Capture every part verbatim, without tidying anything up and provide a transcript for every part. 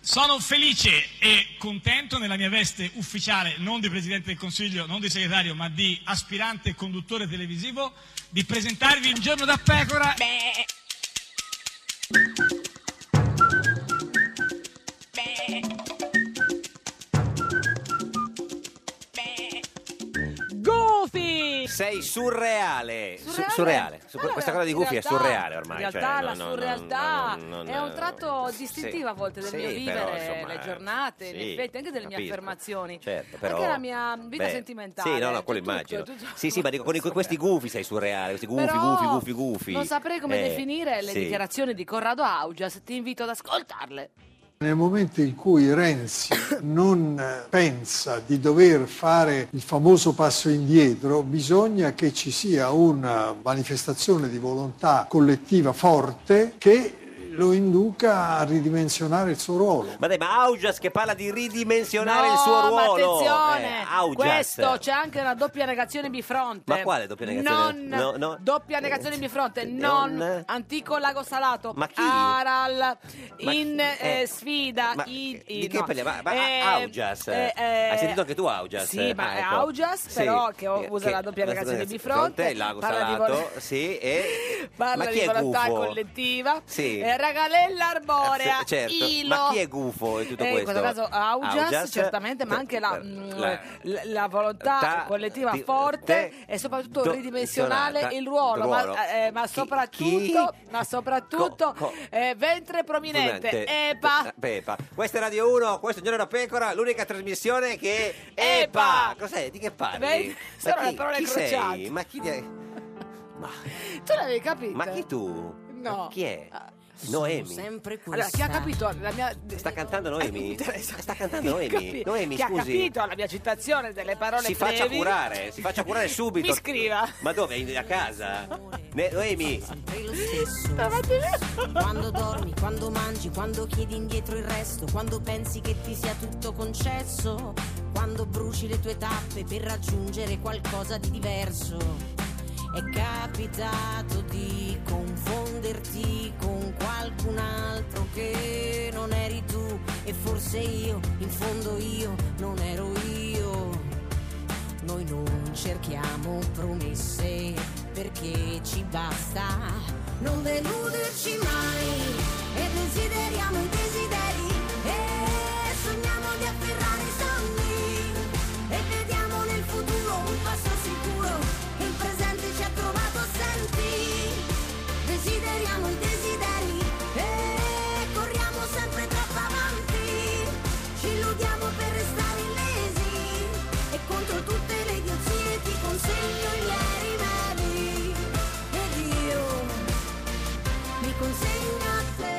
Sono felice e contento nella mia veste ufficiale, non di Presidente del Consiglio, non di segretario, ma di aspirante conduttore televisivo, di presentarvi Un giorno da pecora. Beh. Beh. Goofy! Sei surreale. Surreale? Su- surreale. Su- Allora, questa cosa di in Goofy è realtà- surreale ormai. In realtà cioè, la no, no, surrealtà no, no, no, è un tratto distintivo sì, a volte del sì, mio però, vivere, insomma, le giornate, sì, in effetti, anche delle mie capisco. affermazioni. Certo, però, anche la mia vita beh, sentimentale. Sì, no, no, cioè, quello tutto, immagino. tutto. Sì, sì, ma dico, con i- con questi gufi sei surreale, questi gufi, Però gufi, gufi, gufi. non saprei come Eh, definire le sì. dichiarazioni di Corrado Augias, ti invito ad ascoltarle. Nel momento in cui Renzi non pensa di dover fare il famoso passo indietro, bisogna che ci sia una manifestazione di volontà collettiva forte che lo induca a ridimensionare il suo ruolo. Ma dai, ma Augias che parla di ridimensionare No, il suo ruolo. ma attenzione, Eh, Augias. questo c'è anche una doppia negazione bifronte. Ma quale doppia negazione? Non No, no. doppia negazione bifronte, Non- non antico lago salato. Ma chi? Aral Ma in chi? eh, Eh, sfida. Ma i- i- di che no. parliamo? Ma, ma Eh, Augias? eh, eh, Hai sentito anche tu Augias? Sì, ma Ah, è ecco. Augias, Sì. però che Eh, usa che- la doppia negazione bifronte. il lago parla di salato, vol- sì, e... Parla ma chi di è volontà gufo? collettiva. Sì. Eh, Ragalella arborea. Eh, certo. Ilo. Ma chi è gufo in tutto Eh, in questo? questo caso Augias, Augias, certamente, ma anche la, la- mm, la- la- la volontà ta- collettiva di- forte te- e soprattutto do- ridimensionale il il ruolo, ruolo. ma, eh, ma Chi- soprattutto, chi? ma soprattutto Co- co- eh, ventre prominente. Prominente. Epa. Eh, Pepa. Questa è Radio uno, questo è Un giorno da pecora, l'unica trasmissione che... Epa. Cos'è? Di che parli? Beh, sono Ma le chi, parole chi crociate. sei? Ma chi... di- Ma, Tu l'avevi capito? ma chi tu? No. Ma chi è? Ah. Noemi. Sempre Allora, chi ha questa. capito la mia... Sta cantando Noemi? Eh, mi interessa. Sta cantando Chi Noemi? capi- Noemi, chi ha scusi. capito la mia citazione delle parole Si faccia brevi? curare, si faccia curare subito. Mi scriva. Ma dove? In- A casa? Ne- Noemi? Sempre lo stesso. Stamattina. Quando dormi, quando mangi, quando chiedi indietro il resto, quando pensi che ti sia tutto concesso, quando bruci le tue tappe per raggiungere qualcosa di diverso. È capitato di confonderti con qualcun altro che non eri tu, e forse io, in fondo io, non ero io. Noi non cerchiamo promesse perché ci basta non deluderci mai, e desideriamo i desideri e sogniamo di afferrare i sogni, e vediamo nel futuro un passo sicuro che il presente ci ha trovato assenti. Desideriamo i desideri e corriamo sempre troppo avanti, ci illudiamo per restare illesi, e contro tutte le idiozie ti consegno i miei rimedi, ed io mi consegno a te.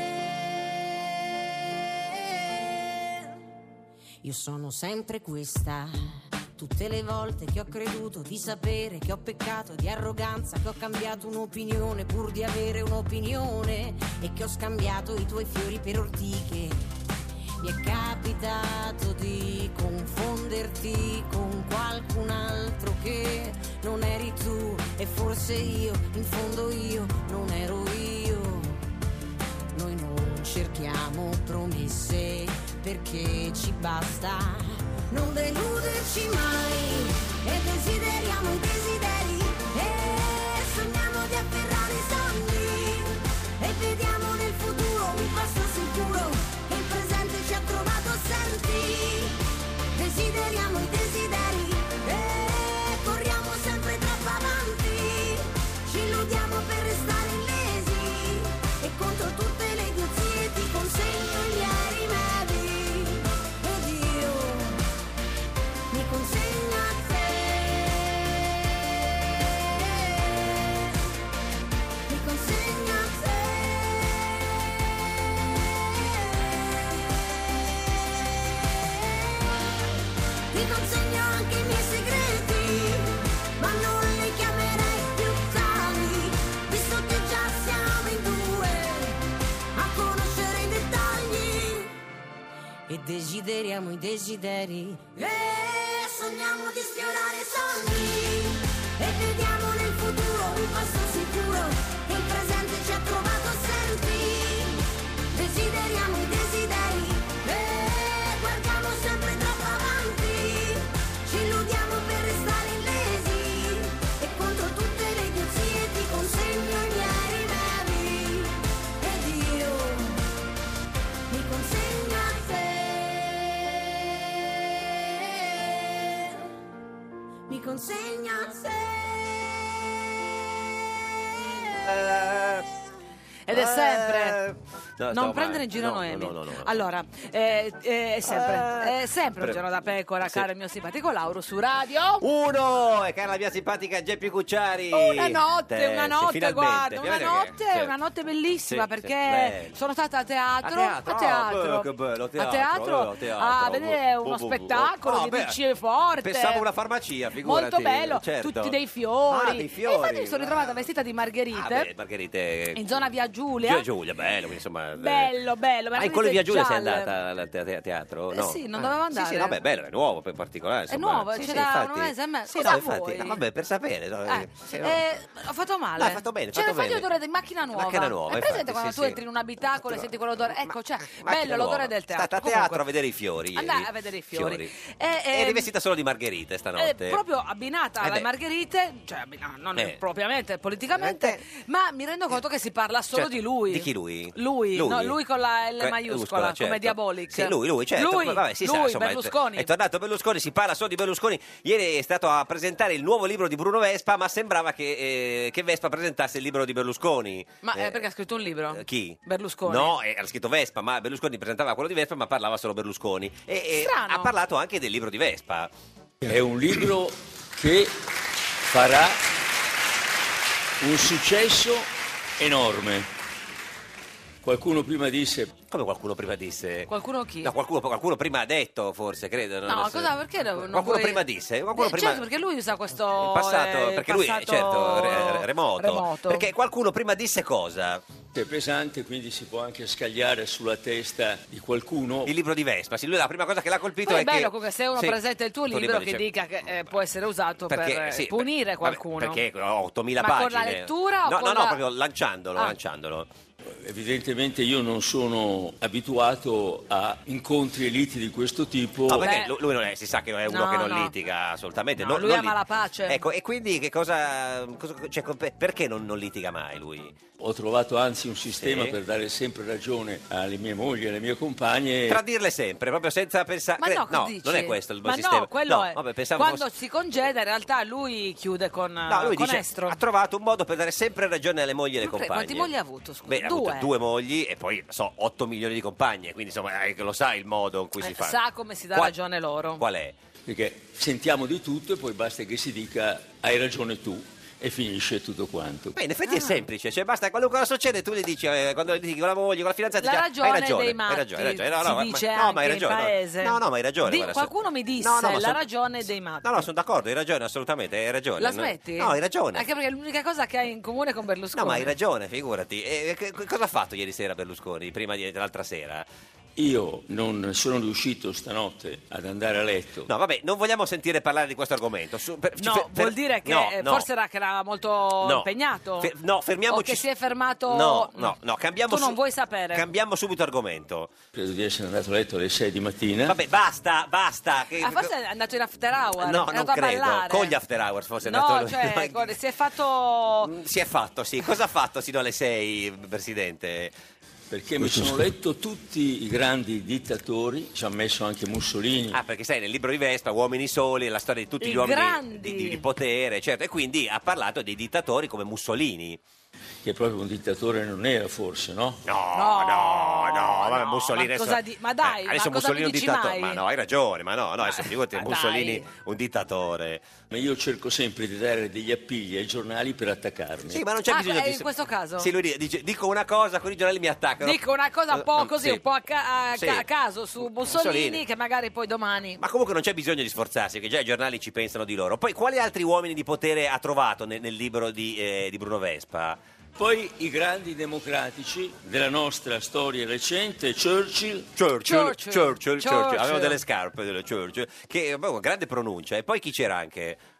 Io sono sempre questa. Tutte le volte che ho creduto di sapere, che ho peccato di arroganza, che ho cambiato un'opinione pur di avere un'opinione, e che ho scambiato i tuoi fiori per ortiche. Mi è capitato di confonderti con qualcun altro che non eri tu, e forse io, in fondo io, non ero io. Noi non cerchiamo promesse perché ci basta non deluderci mai, e desideriamo i desideri e sogniamo di afferrare i sogni, e vediamo nel futuro un passo sicuro che il presente ci ha trovato assenti. Desideriamo i desideri e corriamo sempre troppo avanti, ci illudiamo per restare illesi, e contro tutte le idiozie ti consegno i miei rimedi, ed io mi consegno a te, mi consegno a te, ti consegno anche i miei segreti, ma non li chiamerei più tali, visto che già siamo in due a conoscere i dettagli, e desideriamo i desideri e sogniamo di sfiorare i sogni, e vediamo nel futuro un passo sicuro che il presente ci ha trovato assenti. Desideriamo i desideri consegna a te, mi consegna a te. Ed è sempre... No, non no, prendere ma- in giro no, Noemi. no, no, no, no. Allora, eh, eh, è sempre, è sempre un Pre- giorno da pecora, Sì. caro il mio simpatico Lauro, su radio. Uno! E cara la mia simpatica Geppi Cucciari. Una notte, Te- una sì, notte, finalmente. guarda, una Finalmente notte, che- sì. una notte bellissima Sì, perché sì, bello. sono stata a teatro, A teatro? a teatro, Oh, beh, che bello, a teatro, a teatro, eh, a teatro. a vedere Bu- uno bu- bu- spettacolo oh, di beh, Lucia Forte. Pensavo una farmacia, figurati. Molto bello, certo. tutti dei fiori. Ah, dei fiori. E infatti mi sono ritrovata vestita di margherite Ah, beh, Margherite. in zona Via Giulia. Via Giulia, bello, quindi insomma. Bello, bello. Ah, in quello di Via Giulia sei gialle. andata al te- te- teatro? Eh No. sì, non Ah, dovevo Sì, andare. sì, no, beh, bello, è nuovo, per particolare. È Insomma. nuovo, Sì, c'è sì, da infatti. un mese e mezzo. Sì, Cosa no, infatti, vuoi? no, vabbè, per sapere. no, Eh, sì, no. eh, ho fatto male. No, hai fatto bene, hai C'era fatto il faglio bene. odore di macchina nuova. Macchina nuova, Hai presente infatti, quando sì, tu sì. entri in un abitacolo e senti quell'odore? Ecco, cioè, Macchina bello l'odore nuova. del teatro. Stata a Comunque, teatro a vedere i fiori. andai ieri. a vedere i fiori. E, E eh, rivestita solo di margherite stanotte. eh, proprio abbinata Eh alle beh. margherite, cioè abbina- non Eh. propriamente politicamente, Eh. ma mi rendo conto che si parla solo Certo. di lui. Di chi lui? Lui, no, lui con la L Que- maiuscola, come certo. Diabolic. Sì, lui, lui, certo. Lui, Vabbè, si sa, lui, insomma, è- Berlusconi. È tornato Berlusconi, si parla solo di Berlusconi. Ieri è stato a presentare il nuovo libro di Bruno Vespa, ma sembrava che, eh, che Vespa presentasse il libro di Berlusconi. Ma eh, Eh, perché ha scritto un libro? eh, Chi? Berlusconi. No, eh, era scritto Vespa, ma Berlusconi presentava quello di Vespa, ma parlava solo Berlusconi. E, e Strano. ha parlato anche del libro di Vespa. È un libro che farà un successo enorme. Qualcuno prima disse, Come qualcuno prima disse? Qualcuno chi? No, qualcuno, qualcuno prima ha detto, forse, credo. non No, lo so. cosa? Perché non Qualcuno vuoi- prima disse? Qualcuno Eh, prima... Certo, perché lui usa questo Il passato, eh, perché lui è passato certo re- re- remoto. remoto. Perché qualcuno prima disse cosa? è pesante, quindi si può anche scagliare sulla testa di qualcuno. Il libro di Vespa. Sì, lui la prima cosa che l'ha colpito Poi è è bello che... comunque se uno Sì, presenta il tuo tuo libro che dice- dica che eh, può essere usato Perché, per eh, sì, punire vabbè, qualcuno. perché ho ottomila Ma pagine. con la lettura o no, con no, no, la- proprio lanciandolo, Ah. lanciandolo. Evidentemente io non sono abituato a incontri e liti di questo tipo. No, perché Beh. lu- lui non è, si sa che non è uno No, che non no. litiga assolutamente. No, non- lui non ama li- la pace. Ecco, e quindi che cosa, cosa- cioè, per- perché non, non litiga mai lui? Ho trovato anzi un sistema Sì. per dare sempre ragione alle mie mogli e alle mie compagne. Tradirle sempre, proprio senza pensare... Ma no, no, che dici? non è questo il buon Ma sistema. no, quello No, è. vabbè, pensavo Quando fosse- si congeda, in realtà lui chiude con, No, lui con dice, estro. ha trovato un modo per dare sempre ragione alle mogli e alle Ma pre- compagne. quanti mogli ha avuto, scusa? Beh, ha Due. avuto due mogli e poi, so, otto milioni di compagne, quindi insomma, eh, lo sa il modo in cui si Eh, fa. sa come si dà Qual- ragione loro. Qual è? Perché sentiamo di tutto e poi basta che si dica hai ragione tu e finisce tutto quanto. Beh, in effetti Ah. è semplice, cioè basta qualunque cosa succede, tu gli dici, eh, quando gli dici con la moglie, con la fidanzata, La dici, ah, ragione hai ragione, dei hai matti, ragione, hai ragione. No, si no, ma- dice no, ma hai anche in ragione, no. paese. No, no, ma hai ragione. Di- guarda, qualcuno mi disse No, no, ma la son- ragione dei matti. No, no, sono d'accordo, hai ragione, assolutamente, hai ragione. La No- smetti? No, hai ragione. Anche perché è l'unica cosa che hai in comune con Berlusconi. No, ma hai ragione, figurati. E, che- che- cosa ha fatto ieri sera Berlusconi, prima di, dell'altra sera? Io non sono riuscito stanotte ad andare a letto. No, vabbè, non vogliamo sentire parlare di questo argomento. Su- per- No, fer- vuol fer- dire che no, eh, no. forse era che era molto No. impegnato. Fe- no, fermiamoci. O che si è fermato. No, no, no, cambiamo Tu non su- vuoi sapere. Cambiamo subito argomento. Credo di essere andato a letto alle sei di mattina. Vabbè, basta, basta. Che- Ah, forse è andato in after hour. No, è non andato a credo. ballare. Con gli after hours forse è No, andato. cioè, con- si è fatto. Si è fatto, sì. Cosa ha fatto sino alle sei, Presidente? Perché mi sono letto tutti i grandi dittatori, ci ha messo anche Mussolini. Ah, perché sai, nel libro di Vespa, Uomini Soli, la storia di tutti I gli uomini grandi. di, di- di potere, certo, e quindi ha parlato dei dittatori come Mussolini. Che proprio un dittatore non era forse, no? No, No, no, no, vabbè, no, Mussolini ma adesso, cosa di- ma dai, eh, ma adesso cosa Mussolini è mi un dici dittatore, mai? ma no, hai ragione, ma no, no, adesso figurati, ma Mussolini dai. un dittatore. Ma io cerco sempre di dare degli appigli ai giornali per attaccarmi. Sì, ma non c'è Ah, bisogno eh, di in questo caso? Sì, lui dice dico una cosa, con i giornali mi attaccano. Dico una cosa un po' Eh, così, sì. un po' a, ca- a Sì. ca- a caso su Mussolini, Mussolini. che magari poi domani. Ma comunque non c'è bisogno di sforzarsi, perché già i giornali ci pensano di loro. Poi quali altri uomini di potere ha trovato nel, nel libro di, eh, di Bruno Vespa? Poi i grandi democratici della nostra storia recente, Churchill, Churchill, Churchill. Churchill, Churchill, Churchill. avevano delle scarpe delle Churchill, che boh, grande pronuncia. E poi chi c'era anche?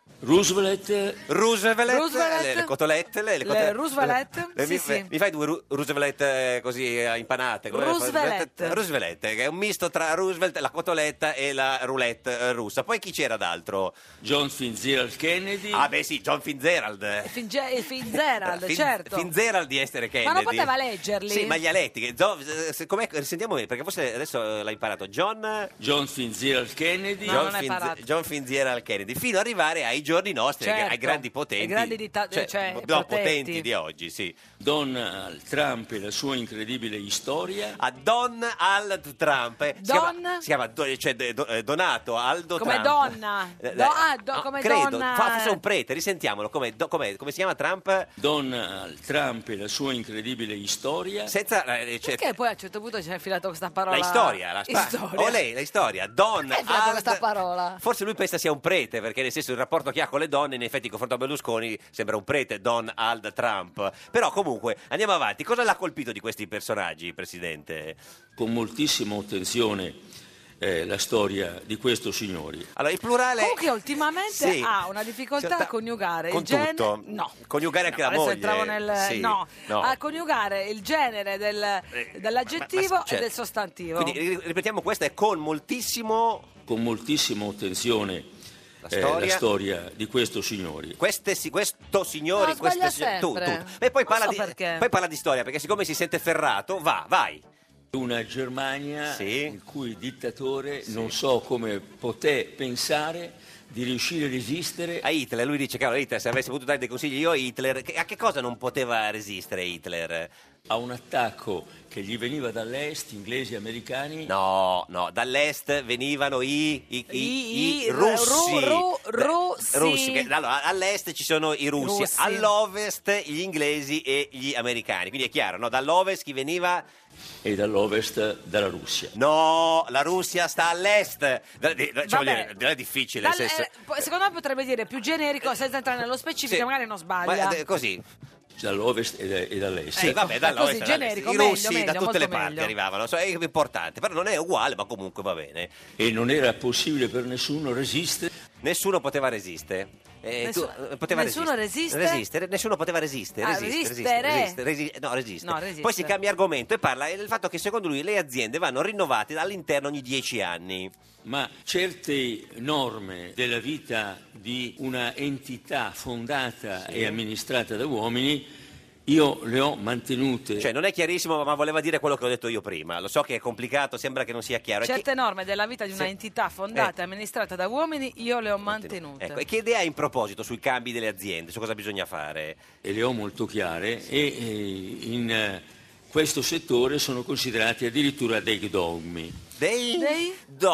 Roosevelt, Roosevelt, Roosevelt. le, le cotolette, le, le Le cotolette. Roosevelt, Eh, sì, mi, sì. mi fai due Ru- Roosevelt eh, così eh, impanate? Come- Roosevelt. Roosevelt, che è un misto tra Roosevelt, la cotoletta e la roulette eh, russa. Poi chi c'era d'altro? John Fitzgerald Kennedy. Ah beh sì, John Fitzgerald. Finge- Fitzgerald, Fin- certo. Fitzgerald di essere Kennedy. Ma non poteva leggerli? Sì, ma gli aletti. che- Zo- se- com'è- Sentiamo perché forse adesso l'ha imparato. John... John Fitzgerald Kennedy. No, John, non è Finz- imparato. John Fitzgerald Kennedy, fino ad arrivare ai giorni nostri, ai- ai Certo. grandi potenti, Ai grandi ditta- cioè, no, potenti. potenti di oggi, sì. Donald Trump e la sua incredibile storia. A Donald Trump, eh, si Don? chiama, si chiama do- cioè, de- do- eh, Donato Aldo Come Trump. donna. Eh, Do- ah, do- no, come credo, donna. fa- forse è un prete, risentiamolo, come, do- com'è- come si chiama Trump? Donald Trump e la sua incredibile storia. Senza eh, cioè, Perché poi a un certo punto ci ha infilato questa parola? la storia, la spa- Storia. o lei, la storia, Don Perché hai filato Ald- questa parola? Forse lui pensa sia un prete, perché nel senso il rapporto che ha con le donne, in effetti, confronto a Berlusconi, sembra un prete, Donald Trump. Però comunque, andiamo avanti. Cosa l'ha colpito di questi personaggi, Presidente? Con moltissima attenzione eh, la storia di questo signore. Allora, il plurale... Comunque ultimamente Sì. ha una difficoltà Certa- a coniugare con il genere. tutto? No. Coniugare anche No, la adesso moglie? entravo nel Sì. no. No. A coniugare il genere del- Eh, dell'aggettivo ma- ma- e certo. del sostantivo. Quindi ri- ripetiamo, questa è con moltissimo... Con moltissima attenzione La eh, storia. la storia di questo signore. Queste, si- questo signori, No, sbaglia queste, si- tu, sempre. tu. E poi Non parla, so di, perché. poi parla di storia, perché siccome si sente ferrato, va, vai. Una Germania Sì. il cui dittatore non so come poté pensare di riuscire a resistere A Hitler, lui dice, cavolo, Hitler, se avessi potuto dare dei consigli io a Hitler, che- a che cosa non poteva resistere Hitler? a un attacco che gli veniva dall'est, inglesi e americani. No, no, dall'est venivano i, i, i- I- i i- russi. ru- ru- Da- russi. russi, che- allora, all'est ci sono i russi, Russi. all'ovest gli inglesi e gli americani. Quindi è chiaro, no? Dall'ovest chi veniva? E dall'ovest dalla Russia. No, la Russia sta all'est. Da- di- cioè, voglio Vabbè. dire, non è difficile. Dal- nel senso- eh, po- secondo me potrebbe dire più generico senza entrare nello specifico, Sì. magari non sbaglia. Ma, eh, così. Dall'ovest e, da- e dall'est. Sì, vabbè, Ma dall'ovest così, e dall'est. generico, I meglio, russi meglio, da tutte molto le parti meglio. arrivavano, so, è importante, però non è uguale, ma comunque va bene. E non era possibile per nessuno resistere. Nessuno poteva resistere. Eh, Nessuno- tu- eh, poteva nessuno resistere. resiste? Resistere, nessuno poteva resistere. Ah, resistere, resistere? resistere, resi- no, resistere. No, resistere. Poi si cambia argomento e parla del fatto che secondo lui le aziende vanno rinnovate all'interno ogni dieci anni. Ma certe norme della vita di una entità fondata e amministrata da uomini io le ho mantenute. Cioè, non è chiarissimo, ma voleva dire quello che ho detto io prima. Lo so che è complicato, sembra che non sia chiaro. E Certe che- norme della vita di una Sì. entità fondata Eh. e amministrata da uomini io le ho mantenute. Ecco, e che idea hai in proposito sui cambi delle aziende, su cosa bisogna fare? E le ho molto chiare e eh, in eh, questo settore sono considerati addirittura dei dogmi. Dei, Dei?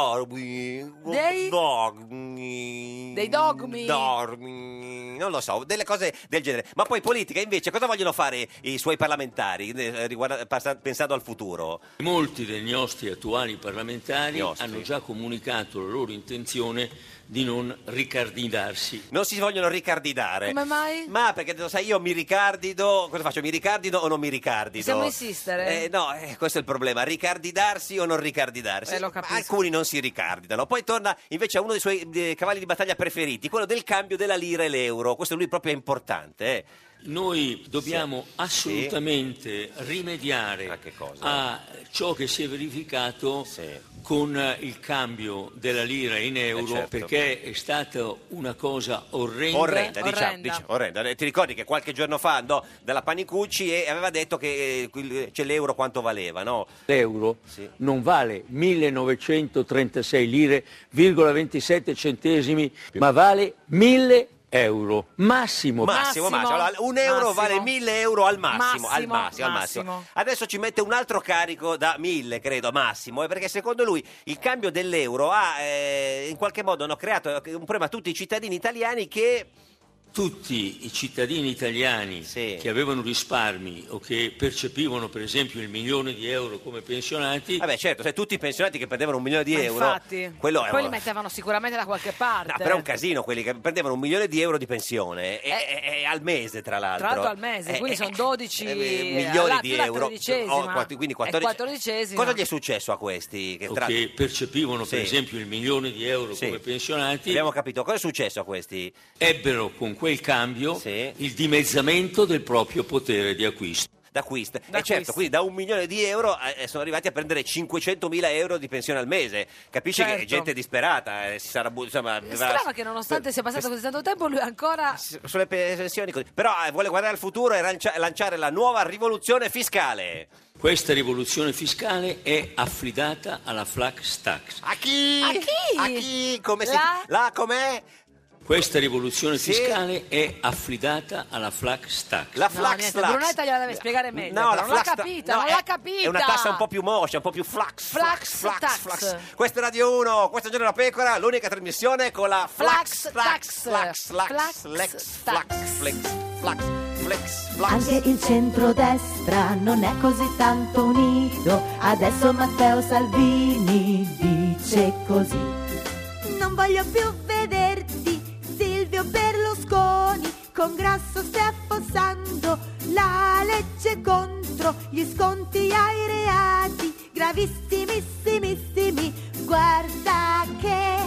dogmi, Dei? dogmi, Dei dogmi? dogmi, non lo so, delle cose del genere. Ma poi politica invece, cosa vogliono fare i suoi parlamentari eh, riguarda- passa- pensando al futuro? Molti dei nostri attuali parlamentari Nostri. hanno già comunicato la loro intenzione di non ricardidarsi. Non si vogliono ricardidare. Come mai? Ma perché lo sai, io mi ricardido, cosa faccio? Mi ricardido o non mi ricardido? Possiamo insistere? Eh, no, eh, questo è il problema, ricardidarsi o non ricardidarsi. Eh, lo Ma capisco. alcuni non si ricardidano. Poi torna invece a uno dei suoi eh, cavalli di battaglia preferiti, quello del cambio della lira e l'euro. Questo lui proprio è importante, eh. Noi dobbiamo Sì. assolutamente rimediare A che cosa? a ciò che si è verificato Sì. con eh, il cambio della lira in euro, Eh, certo. perché è stata una cosa orrenda. Orrenda, diciamo, Orrenda. diciamo, orrenda. Eh, Ti ricordi che qualche giorno fa andò dalla Panicucci e aveva detto che eh, quel- c'è l'euro quanto valeva, no? L'euro Sì. non vale millenovecentotrentasei lire, virgola ventisette centesimi, ma vale mille euro. Massimo. Massimo, Massimo. massimo. Allora, un euro Massimo. vale mille euro al massimo, al Massimo, massimo, al massimo. massimo. Adesso ci mette un altro carico da mille, credo, massimo, eh, perché secondo lui il cambio dell'euro ha eh, in qualche modo hanno creato un problema a tutti i cittadini italiani che tutti i cittadini italiani Sì. che avevano risparmi o che percepivano per esempio il milione di euro come pensionati. Vabbè, certo, se tutti i pensionati che prendevano un milione di Ma euro, infatti, quello è poi un- li mettevano sicuramente da qualche parte. No, però è un casino quelli che prendevano un milione di euro di pensione e, Eh. e- e al mese, tra l'altro. Tra l'altro al mese, Eh, quindi eh, sono dodici eh, milioni alla- di più la euro. tredicesima. Oh, quatt- quindi È quattordici. quattordicesima. Cosa gli è successo a questi? Che O tra- che percepivano per Sì. esempio il milione di euro Sì. come pensionati, Abbiamo capito. Cosa è successo a questi? ebbero con quel cambio Sì. il dimezzamento del proprio potere di acquisto. D'acquisto. E D'acquisto. certo, quindi da un milione di euro eh, sono arrivati a prendere cinquecentomila euro di pensione al mese. Capisci che è Certo. gente disperata, eh, si sarà bu- insomma, È strano che nonostante sia passato così tanto tempo, lui ancora... sulle pensioni così. Però eh, vuole guardare al futuro e lancia- lanciare la nuova rivoluzione fiscale. Questa rivoluzione fiscale è affidata alla flax tax. A chi? A chi? A chi? Come si La- La com'è? Questa rivoluzione Sì. fiscale è affidata alla flax tax. La No, flax niente, tax. Brunetta gliela deve spiegare meglio. No, però. la non l'ha flax ta- capita, no, non è- l'ha capita. È una tassa un po' più moscia, un po' più flax. Flax tax. flax. Questa è Radio uno, questa è Giorno da Pecora, l'unica trasmissione con la flax Flax tax. tax. Flax, flax, Flax flex, tax. flax, flex, flax, flex, flax. Anche il centrodestra non è così tanto unito. Adesso Matteo Salvini dice così: non voglio più vederti, Silvio Berlusconi. Con Grasso stai affossando la legge contro gli sconti ai reati gravissimissimissimi. Guarda che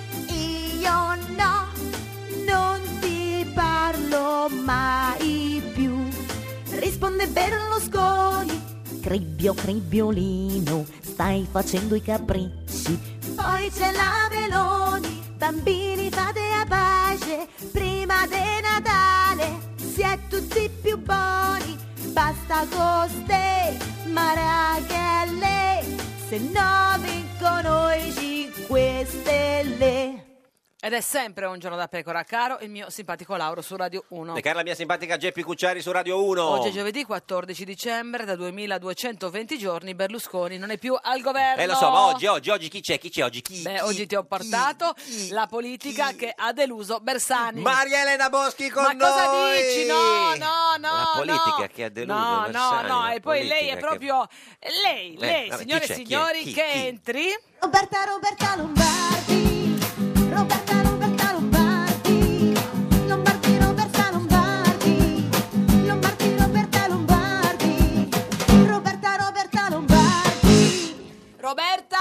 io no, non ti parlo mai più. Risponde Berlusconi: Cribbio, cribbiolino, stai facendo i capricci. Poi c'è la Meloni: bambini fate a pace, prima de Natale si è tutti più buoni. Basta con ste marachelle, se no vincono i cinque Stelle. Ed è sempre un giorno da pecora, caro il mio simpatico Lauro su Radio uno. E cara la mia simpatica Geppi Cucciari su Radio uno. Oggi è giovedì quattordici dicembre, da duemiladuecentoventi giorni Berlusconi non è più al governo. Eh lo so, ma oggi, oggi, oggi chi c'è? Chi c'è oggi? Chi? Beh, chi? oggi ti ho portato la politica che ha deluso Bersani. Maria Elena Boschi con Ma noi! cosa dici? No, no, no. La politica no. che ha deluso No, Bersani, no, no, la e poi lei è politica che- proprio... Lei, Eh, lei, vabbè, signore chi e c'è? Chi è? signori, Chi? che Chi? entri... Roberta, Roberta Lombardi, Roberta, Roberta Lombardi, Lombardi, Roberta Lombardi, Lombardi, Roberta Lombardi, Roberta, Roberta Lombardi. Roberta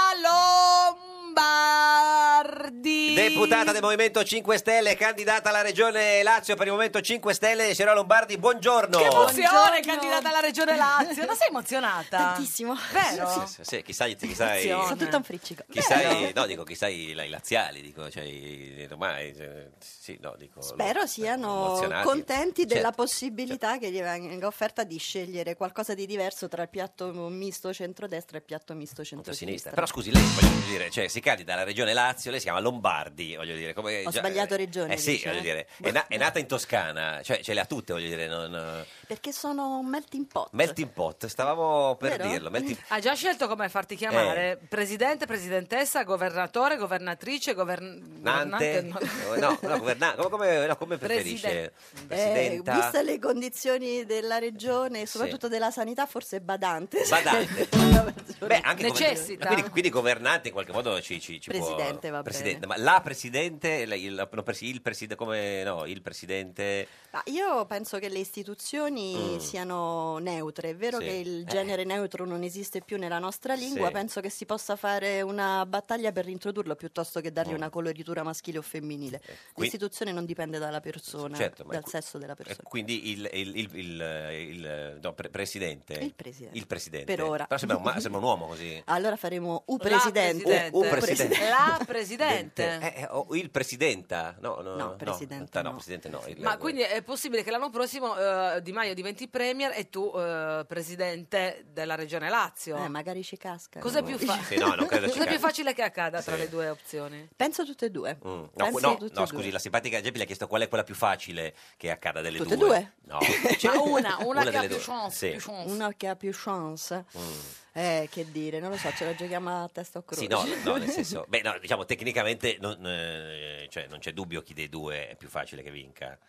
Lombardi. Deputata del Movimento cinque Stelle, candidata alla Regione Lazio per il Movimento cinque Stelle, signora Lombardi, buongiorno. Che emozione, Buongiorno. candidata alla Regione Lazio. Non sei emozionata? Tantissimo. Vero? Sì, sì, sì, chissà, chissà, i- Emozione. Sono tutta un friccico. chissà, Vero? i- no, dico, chissà i, i laziali, dico, cioè, i, ormai, cioè, sì, no, dico, Spero siano emozionati. contenti della Certo. possibilità che gli venga offerta di scegliere qualcosa di diverso tra il piatto misto centrodestra e il piatto misto Centrosinistra. centrosinistra. Però scusi, lei voglio dire, cioè, si candida alla Regione Lazio, lei si chiama Lombardi, voglio dire. Come, Ho sbagliato regione, Eh sì, dice, voglio eh? dire, è, na- è nata in Toscana, cioè ce le ha tutte, voglio dire. Non... Perché sono un melting pot. Melting pot, stavamo per Vero? dirlo. Melting... Ha già scelto come farti chiamare? Eh. Presidente, presidentessa, governatore, governatrice, govern... Nante? governante, No, no, governa- come, come, no, come preferisce? Eh, Presidenta? viste le condizioni della regione e soprattutto della sanità, forse badante. Badante. Beh, anche Necessita. gover- quindi, quindi governante in qualche modo ci, ci, ci Presidente, può... va Presidente, bene. ma la presidente, la- il, no, presi- il presidente, come no, il presidente... Ma io penso che le istituzioni Mm. siano neutre. È vero Sì. che il Eh. genere neutro non esiste più nella nostra lingua, Sì. penso che si possa fare una battaglia per reintrodurlo piuttosto che dargli Mm. una coloritura maschile o femminile. qui- L'istituzione non dipende dalla persona, Certo, ma dal qui- sesso della eh, persona. quindi il, il, il, il, il- no, pre- presidente. Il presidente. Il presidente. Per ora. Però sembra un, ma- sembra un uomo così. Allora faremo U La presidente. presidente. Un- un presidente. La presidente. Eh, eh, oh, il presidenta. No, no, No, presidente no, no, no. presidente no. il- Ma quindi è possibile che l'anno prossimo eh, Di Maio diventi premier e tu eh, presidente della regione Lazio? Eh, magari ci casca. Cos'è più, fa- Sì, no, non credo ci Cos'è più caschi. facile che accada tra Sì. le due opzioni? Penso tutte e due. Mm. No, Penso no, tutte no, e scusi, due. la simpatica Geppi le ha chiesto qual è quella più facile che accada delle Tutte e due. due? No. Ma una, una, che ha delle più due. chance, Sì. più chance. Una che ha più chance. Mm. Eh, che dire, non lo so, ce la giochiamo a testa o croce. Sì, no, no, nel senso, beh, no, diciamo tecnicamente non, eh, cioè, non c'è dubbio chi dei due è più facile che vinca.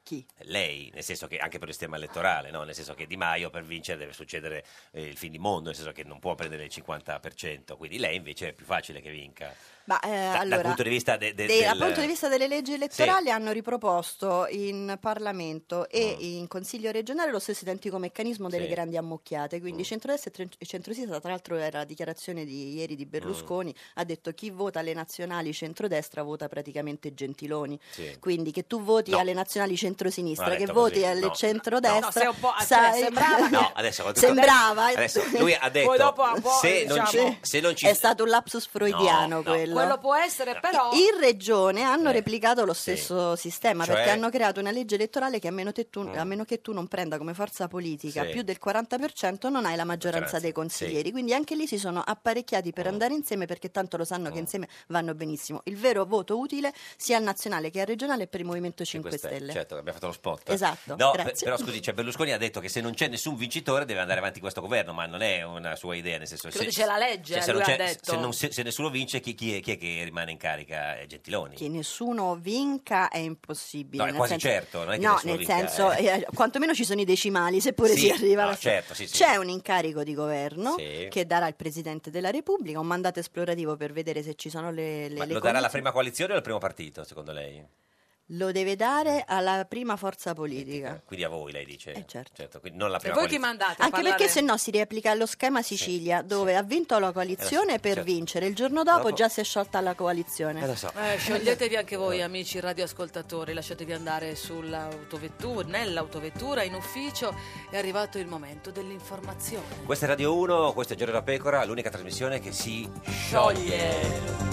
Chi? Lei, nel senso che anche per il sistema elettorale, no? Nel senso che Di Maio per vincere deve succedere eh, il fin di mondo, nel senso che non può prendere il cinquanta per cento, quindi lei invece è più facile che vinca. Ma, eh, Da- allora, dal punto di vista de- de- dei- del... dal punto di vista delle leggi elettorali Sì. hanno riproposto in Parlamento e in Consiglio regionale lo stesso identico meccanismo delle Sì. grandi ammucchiate, quindi centrodestra e tre- e centrosinistra, tra l'altro era la dichiarazione di ieri di Berlusconi, ha detto chi vota alle nazionali centrodestra vota praticamente Gentiloni, Sì. quindi che tu voti No. alle nazionali centrosinistra, Non ha che detto voti così, alle no. centrodestra, No, sei un po'- cioè, sai- sembrava che- No, adesso con tutto- sembrava, Adesso lui ha detto Poi dopo un po', se, non ci, diciamo- se non ci è stato un lapsus freudiano No, no. quello. Quello può essere, però... In regione hanno Eh, replicato lo stesso sistema Cioè? perché hanno creato una legge elettorale che a meno, te tu- a meno che tu non prenda come forza politica Sì. più del quaranta per cento non hai la maggioranza Maggioranza, dei consiglieri, sì. quindi anche lì si sono apparecchiati per andare insieme perché tanto lo sanno che insieme vanno benissimo. Il vero voto utile sia al nazionale che al regionale è per il Movimento cinque Stelle. Certo, abbiamo fatto lo spot. Esatto, No, grazie. pe- però scusi, cioè Berlusconi ha detto che se non c'è nessun vincitore deve andare avanti questo governo, ma non è una sua idea, nel senso Lo se, dice la legge, cioè, se, lui non ha c'è- detto. se non- se- se nessuno vince, chi, chi è, chi è che rimane in carica? È Gentiloni. Che nessuno vinca è impossibile. No, è nel quasi senso- certo, non è che no, nessuno nel vinca, senso, eh. eh, quantomeno ci sono i decimali, seppure Sì, si arriva no, alla certo, sì, sì. C'è un incarico di governo Sì. che darà il Presidente della Repubblica, un mandato esplorativo per vedere se ci sono le, le, Ma le lo darà la condizioni. prima coalizione o il primo partito, secondo lei? Lo deve dare alla prima forza politica. Quindi a voi, lei dice? Eh, certo. quindi non la E prima voi chi coalizione. mandate? a Anche parlare? perché se no si replica allo schema Sicilia, dove ha vinto la coalizione Eh, lo so, per certo. vincere. Il giorno dopo, Dopo- già si è sciolta la coalizione. Eh, lo so. Eh, scioglietevi anche voi, amici radioascoltatori, lasciatevi andare sull'autovettura, nell'autovettura, in ufficio. È arrivato il momento dell'informazione. Questa è Radio uno, questo è Giorno da Pecora, l'unica trasmissione che si scioglie.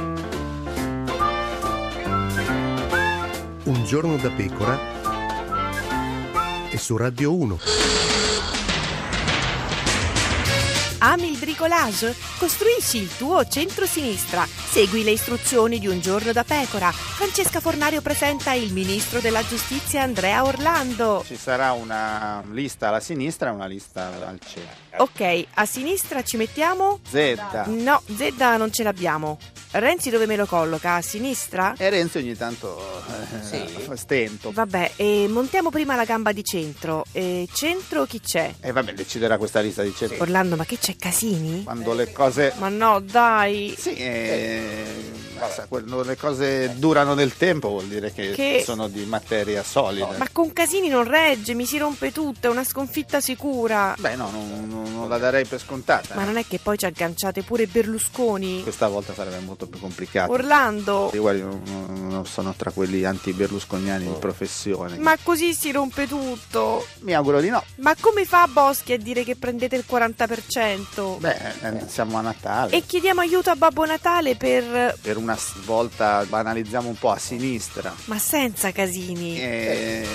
Un giorno da pecora e su Radio uno. Ami il bricolage? Costruisci il tuo centro-sinistra. Segui le istruzioni di Un giorno da pecora. Francesca Fornario presenta il ministro della giustizia Andrea Orlando. Ci sarà una lista alla sinistra e una lista al centro. Ok, a sinistra ci mettiamo? Z. No, Z non ce l'abbiamo. Renzi dove me lo colloca? A sinistra? E Renzi ogni tanto eh, fa stento. Vabbè, e montiamo prima la gamba di centro. E centro chi c'è? E vabbè, deciderà questa lista di centro. Orlando, ma che c'è, Casini? Quando le cose... Ma no, dai. Sì, eh, basta, quando le cose durano nel tempo vuol dire che, Che- sono di materia solida. Ma con Casini non regge, mi si rompe tutto, è una sconfitta sicura. Beh no, non, non- non la darei per scontata. Ma non è che poi ci agganciate pure Berlusconi? Questa volta sarebbe molto più complicato. Orlando, Io, guardi, non, non- non sono tra quelli anti-berlusconiani di professione. ma così si rompe tutto. Mi auguro di no. Ma come fa Boschi a dire che prendete il quaranta per cento? Beh, eh, siamo a Natale. E chiediamo aiuto a Babbo Natale per... Per una s- volta banalizziamo un po' a sinistra. ma senza Casini. E...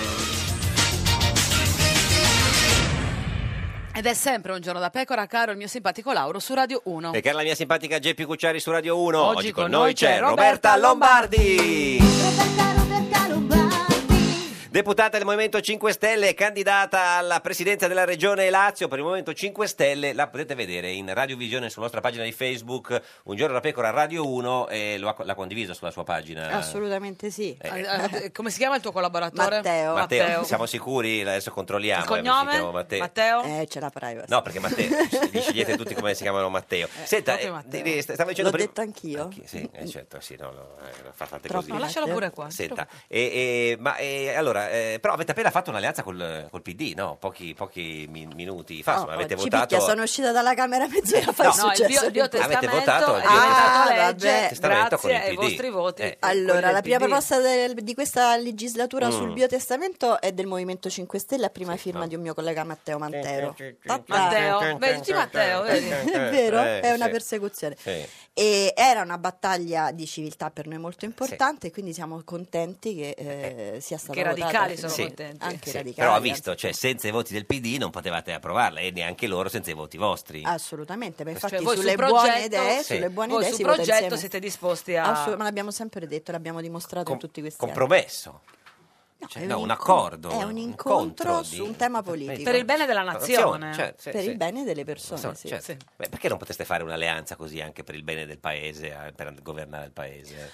Ed è sempre Un giorno da pecora, caro il mio simpatico Lauro su Radio uno. E cara la mia simpatica Geppi Cucciari su Radio uno. Oggi con noi c'è Roberta Lombardi. Roberta, Roberta Lombardi. Deputata del Movimento cinque Stelle, candidata alla presidenza della regione Lazio per il Movimento cinque Stelle. La potete vedere in radiovisione sulla nostra pagina di Facebook, Un giorno da pecora Radio uno, e lo ha, l'ha condiviso sulla sua pagina. Assolutamente sì. Eh, eh, Come si chiama il tuo collaboratore? Matteo. Matteo, siamo sicuri? Adesso controlliamo. Il eh, cognome? mi chiamo Matteo. Matteo? Eh, c'è la privacy. No, perché Matteo, li scegliete tutti come si chiamano Matteo. Senta, proprio eh, Matteo. di- di- stavo dicendo L'ho prima- detto anch'io. Anche- sì, eh, certo, sì, no, no, eh, fa- fate Troppo così. No, lascialo pure qua. Senta, e, e- ma e, allora, eh, però avete appena fatto un'alleanza col, col P D, no? Pochi, pochi min- minuti fa, Oh, insomma, avete ci votato. picchia, sono uscita dalla Camera mezz'ora fa No, è No, il successo. bio- biotestamento Avete votato il è diventato Ah, legge vabbè. Testamento con il grazie ai P D. vostri voti. Eh. e quelli Allora, del la prima P D. proposta del- di questa legislatura Mm. sul biotestamento è del Movimento cinque Stelle a prima firma di un mio collega Matteo Mantero. Ta-ta. Matteo, vedi Matteo, vedi? È vero, Eh, è una sì. persecuzione. Sì. E era una battaglia di civiltà per noi molto importante, quindi siamo contenti che eh, sia stata Che i radicali votata. sono Sì. contenti. Anche i Sì, radicali. però ha visto, cioè senza i voti del P D non potevate approvarla e neanche loro senza i voti vostri. Assolutamente, ma infatti Cioè, voi sulle sul buone progetto- idee, Sì. sulle buone Voi idee sul si vota progetto insieme. siete disposti a... Assolut- ma l'abbiamo sempre detto, l'abbiamo dimostrato Com- in tutti questi compromesso. anni. Cioè, è no, un un incontro- accordo. È un incontro su un tema politico. Per il bene della nazione. Cioè, sì, per sì. il bene delle persone, Insomma, sì. certo. Sì. Beh, perché non potreste fare un'alleanza così anche per il bene del paese, eh, per governare il paese?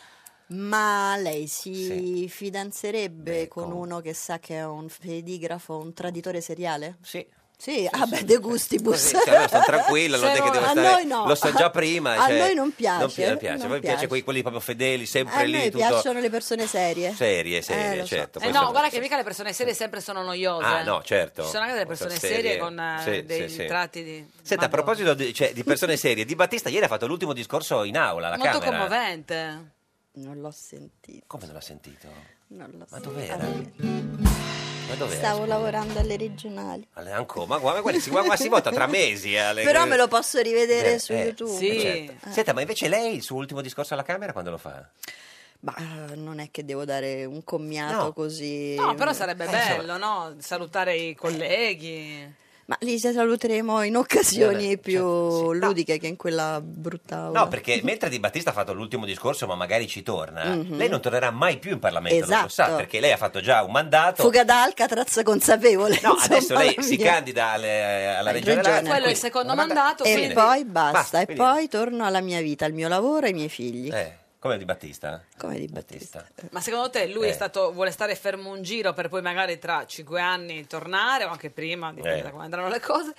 Ma lei si Sì. fidanzerebbe Beh, con con- uno che sa che è un fedigrafo, un traditore seriale? Sì. Sì, ah beh, de gustibus. Così, cioè, allora sono tranquillo, non è che devo a stare, noi no. lo so già prima. A cioè, noi non piace, Non, pi- non piace, non a voi piace piace. quei- quelli proprio fedeli, sempre A lì, noi tutto piacciono le persone serie. serie, serie, Eh, lo so. certo. Eh questo- no, guarda che mica le persone serie sempre sono noiose. Ah, no, certo. Ci sono anche delle persone serie con eh, Sì, dei sì, sì. tratti di... Senta, a proposito di, cioè, di persone serie, Di Battista ieri ha fatto l'ultimo discorso in aula alla Molto Camera. commovente. Non l'ho sentito. Come non l'ha sentito? Non l'ho Ma sentito. dov'era? Ma dov'era? Stavo lavorando alle regionali. Alle- Ancora? Ma guarda, quelli si, ma si vota tra mesi. alle- Però me lo posso rivedere Eh, su eh, YouTube. Sì. eh, certo. Senta, ma invece lei il suo ultimo discorso alla Camera quando lo fa? Ma eh, non è che devo dare un commiato No. così. No, però sarebbe Eh, bello, no? Salutare i colleghi. Ma li saluteremo in occasioni Eh, beh, più certo, sì. No. ludiche che in quella brutta aula. No, perché mentre Di Battista ha fatto l'ultimo discorso, ma magari ci torna, Mhm. lei non tornerà mai più in Parlamento, lo Esatto. sa, perché lei ha fatto già un mandato. Fuga da Alcatraz consapevole. No, insomma, adesso lei la si mia. candida alle- alla Alla Regione Regione. Lazio. Quello è il quindi- secondo una manda- mandato, E quindi... poi basta, Basta, e quindi- poi torno alla mia vita, al mio lavoro e ai miei figli. Eh, come Di Battista? Come Di Battista. Ma secondo te lui Eh. è stato, vuole stare fermo un giro per poi magari tra cinque anni tornare o anche prima, dipende Eh. da come andranno le cose,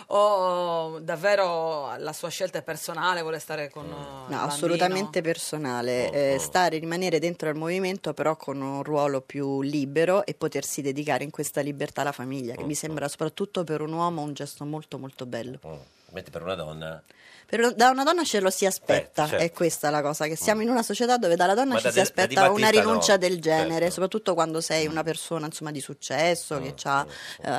o davvero la sua scelta è personale, vuole stare con Mm. il No, bambino? assolutamente personale. Eh, stare, rimanere dentro al movimento, però con un ruolo più libero e potersi dedicare in questa libertà alla famiglia, che mi sembra soprattutto per un uomo un gesto molto molto bello. Mm. Mentre per una donna? Per- da una donna ce lo si aspetta, Eh, certo. è questa la cosa, che siamo in una società dove dalla donna Ma ci da si De- da Di aspetta una Battista rinuncia no, del genere, certo. soprattutto quando sei una persona insomma di successo, che ha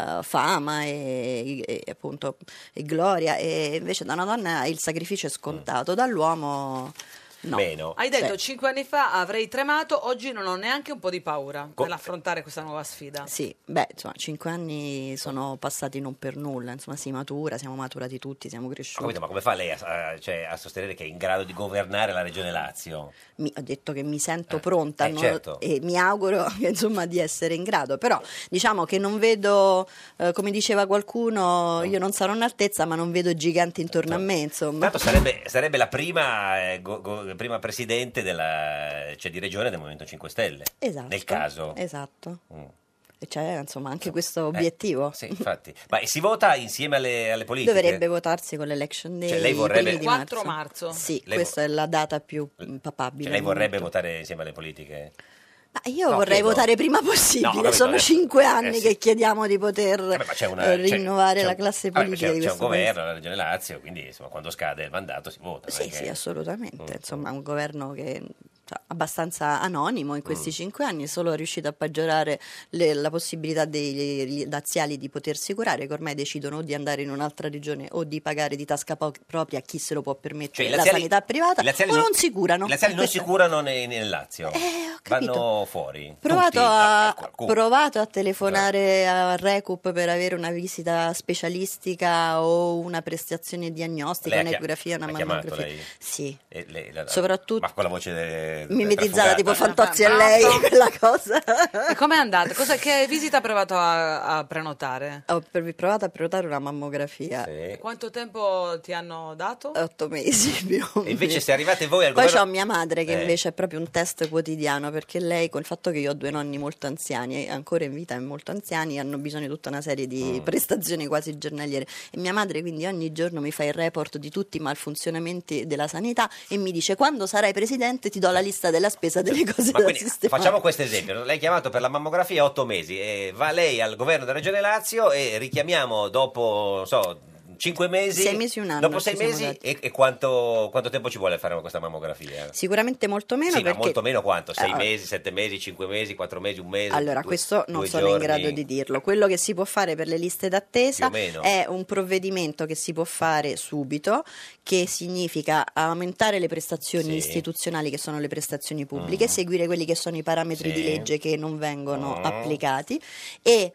fama e, e- e appunto e gloria, e invece da una donna il sacrificio è scontato, dall'uomo no. Meno. Hai detto Sì. cinque anni fa avrei tremato, oggi non ho neanche un po' di paura Co- nell'affrontare questa nuova sfida. Sì, beh, insomma, cinque anni sono passati non per nulla, insomma, si matura, siamo maturati tutti, siamo Ho cresciuti. capito, ma come fa lei a, a- cioè, a sostenere che è in grado di governare la Regione Lazio? Mi, ho detto che mi sento pronta eh, non- certo. e mi auguro insomma di essere in grado, però diciamo che non vedo, eh, come diceva qualcuno, io non sarò un'altezza ma non vedo giganti intorno a me, insomma. Tanto sarebbe, sarebbe la prima, eh, go- go- prima presidente della, cioè, di regione del Movimento cinque Stelle. Esatto, Nel caso. esatto. Mm. E c'è insomma anche questo obiettivo. Sì, infatti. Ma si vota insieme alle, alle politiche? Dovrebbe votarsi con l'election day Cioè, lei i vorrebbe- primi di quattro marzo. Sì, Lei questa è la data più mm, papabile. Cioè, lei al vorrebbe momento. votare insieme alle politiche? Ma io No, vorrei chiedo. votare prima No, possibile, capito, sono adesso- cinque anni eh, sì. che chiediamo di poter Vabbè, ma c'è una- eh, c'è- rinnovare c'è la un- classe vabbè, politica c'è, di c'è un questo paese. governo, la Regione Lazio, quindi insomma, quando scade il mandato si vota. Sì, non è sì, che- assolutamente. Mm. Insomma, un governo che cioè, abbastanza anonimo in questi cinque anni, è solo riuscito a peggiorare le- la possibilità dei laziali di potersi curare, che ormai decidono o di andare in un'altra regione o di pagare di tasca po- propria a chi se lo può permettere Cioè, i la laziali- sanità privata, i laziali o non- non si curano. I laziali non si Questo- curano nei- nel Lazio, capito. vanno fuori. Provato Tutti, a, ah, qualcuno. provato a telefonare a Recup per avere una visita specialistica o una prestazione diagnostica, Lei ha chia- un'ecografia, una ha chiamato mammografia. lei? Sì. E lei- la- Soprattutto- ma con la voce de- Mimetizzata tipo trafugata. Fantozzi e lei, quella cosa. E com'è andata? Cosa, che visita ha provato a, a prenotare? Ho per- provato a prenotare una mammografia. E quanto tempo ti hanno dato? Otto mesi più o E invece meno. se arrivate voi al Poi governo... c'ho mia madre che Eh. invece è proprio un test quotidiano, perché lei, col fatto che io ho due nonni molto anziani, e ancora in vita e molto anziani, hanno bisogno di tutta una serie di Mm. prestazioni quasi giornaliere, e mia madre quindi ogni giorno mi fa il report di tutti i malfunzionamenti della sanità e mi dice: quando sarai presidente ti do la lista della spesa delle cose Ma da quindi, sistemare. facciamo questo esempio, lei ha chiamato per la mammografia otto mesi, e va lei al governo della Regione Lazio e richiamiamo dopo, non so, cinque mesi, Sei mesi, un anno dopo sei ci siamo mesi, dati. e, e quanto, quanto tempo ci vuole a fare questa mammografia? Sicuramente molto meno, Sì, ma perché molto meno quanto? Sei Eh, mesi, sette mesi, cinque mesi, quattro mesi, un mese? Allora, due- questo non due sono giorni? in grado di dirlo. Quello che si può fare per le liste d'attesa Più o meno. è un provvedimento che si può fare subito, che significa aumentare le prestazioni Sì. istituzionali, che sono le prestazioni pubbliche, Mm. seguire quelli che sono i parametri Sì. di legge che non vengono Mm. applicati, e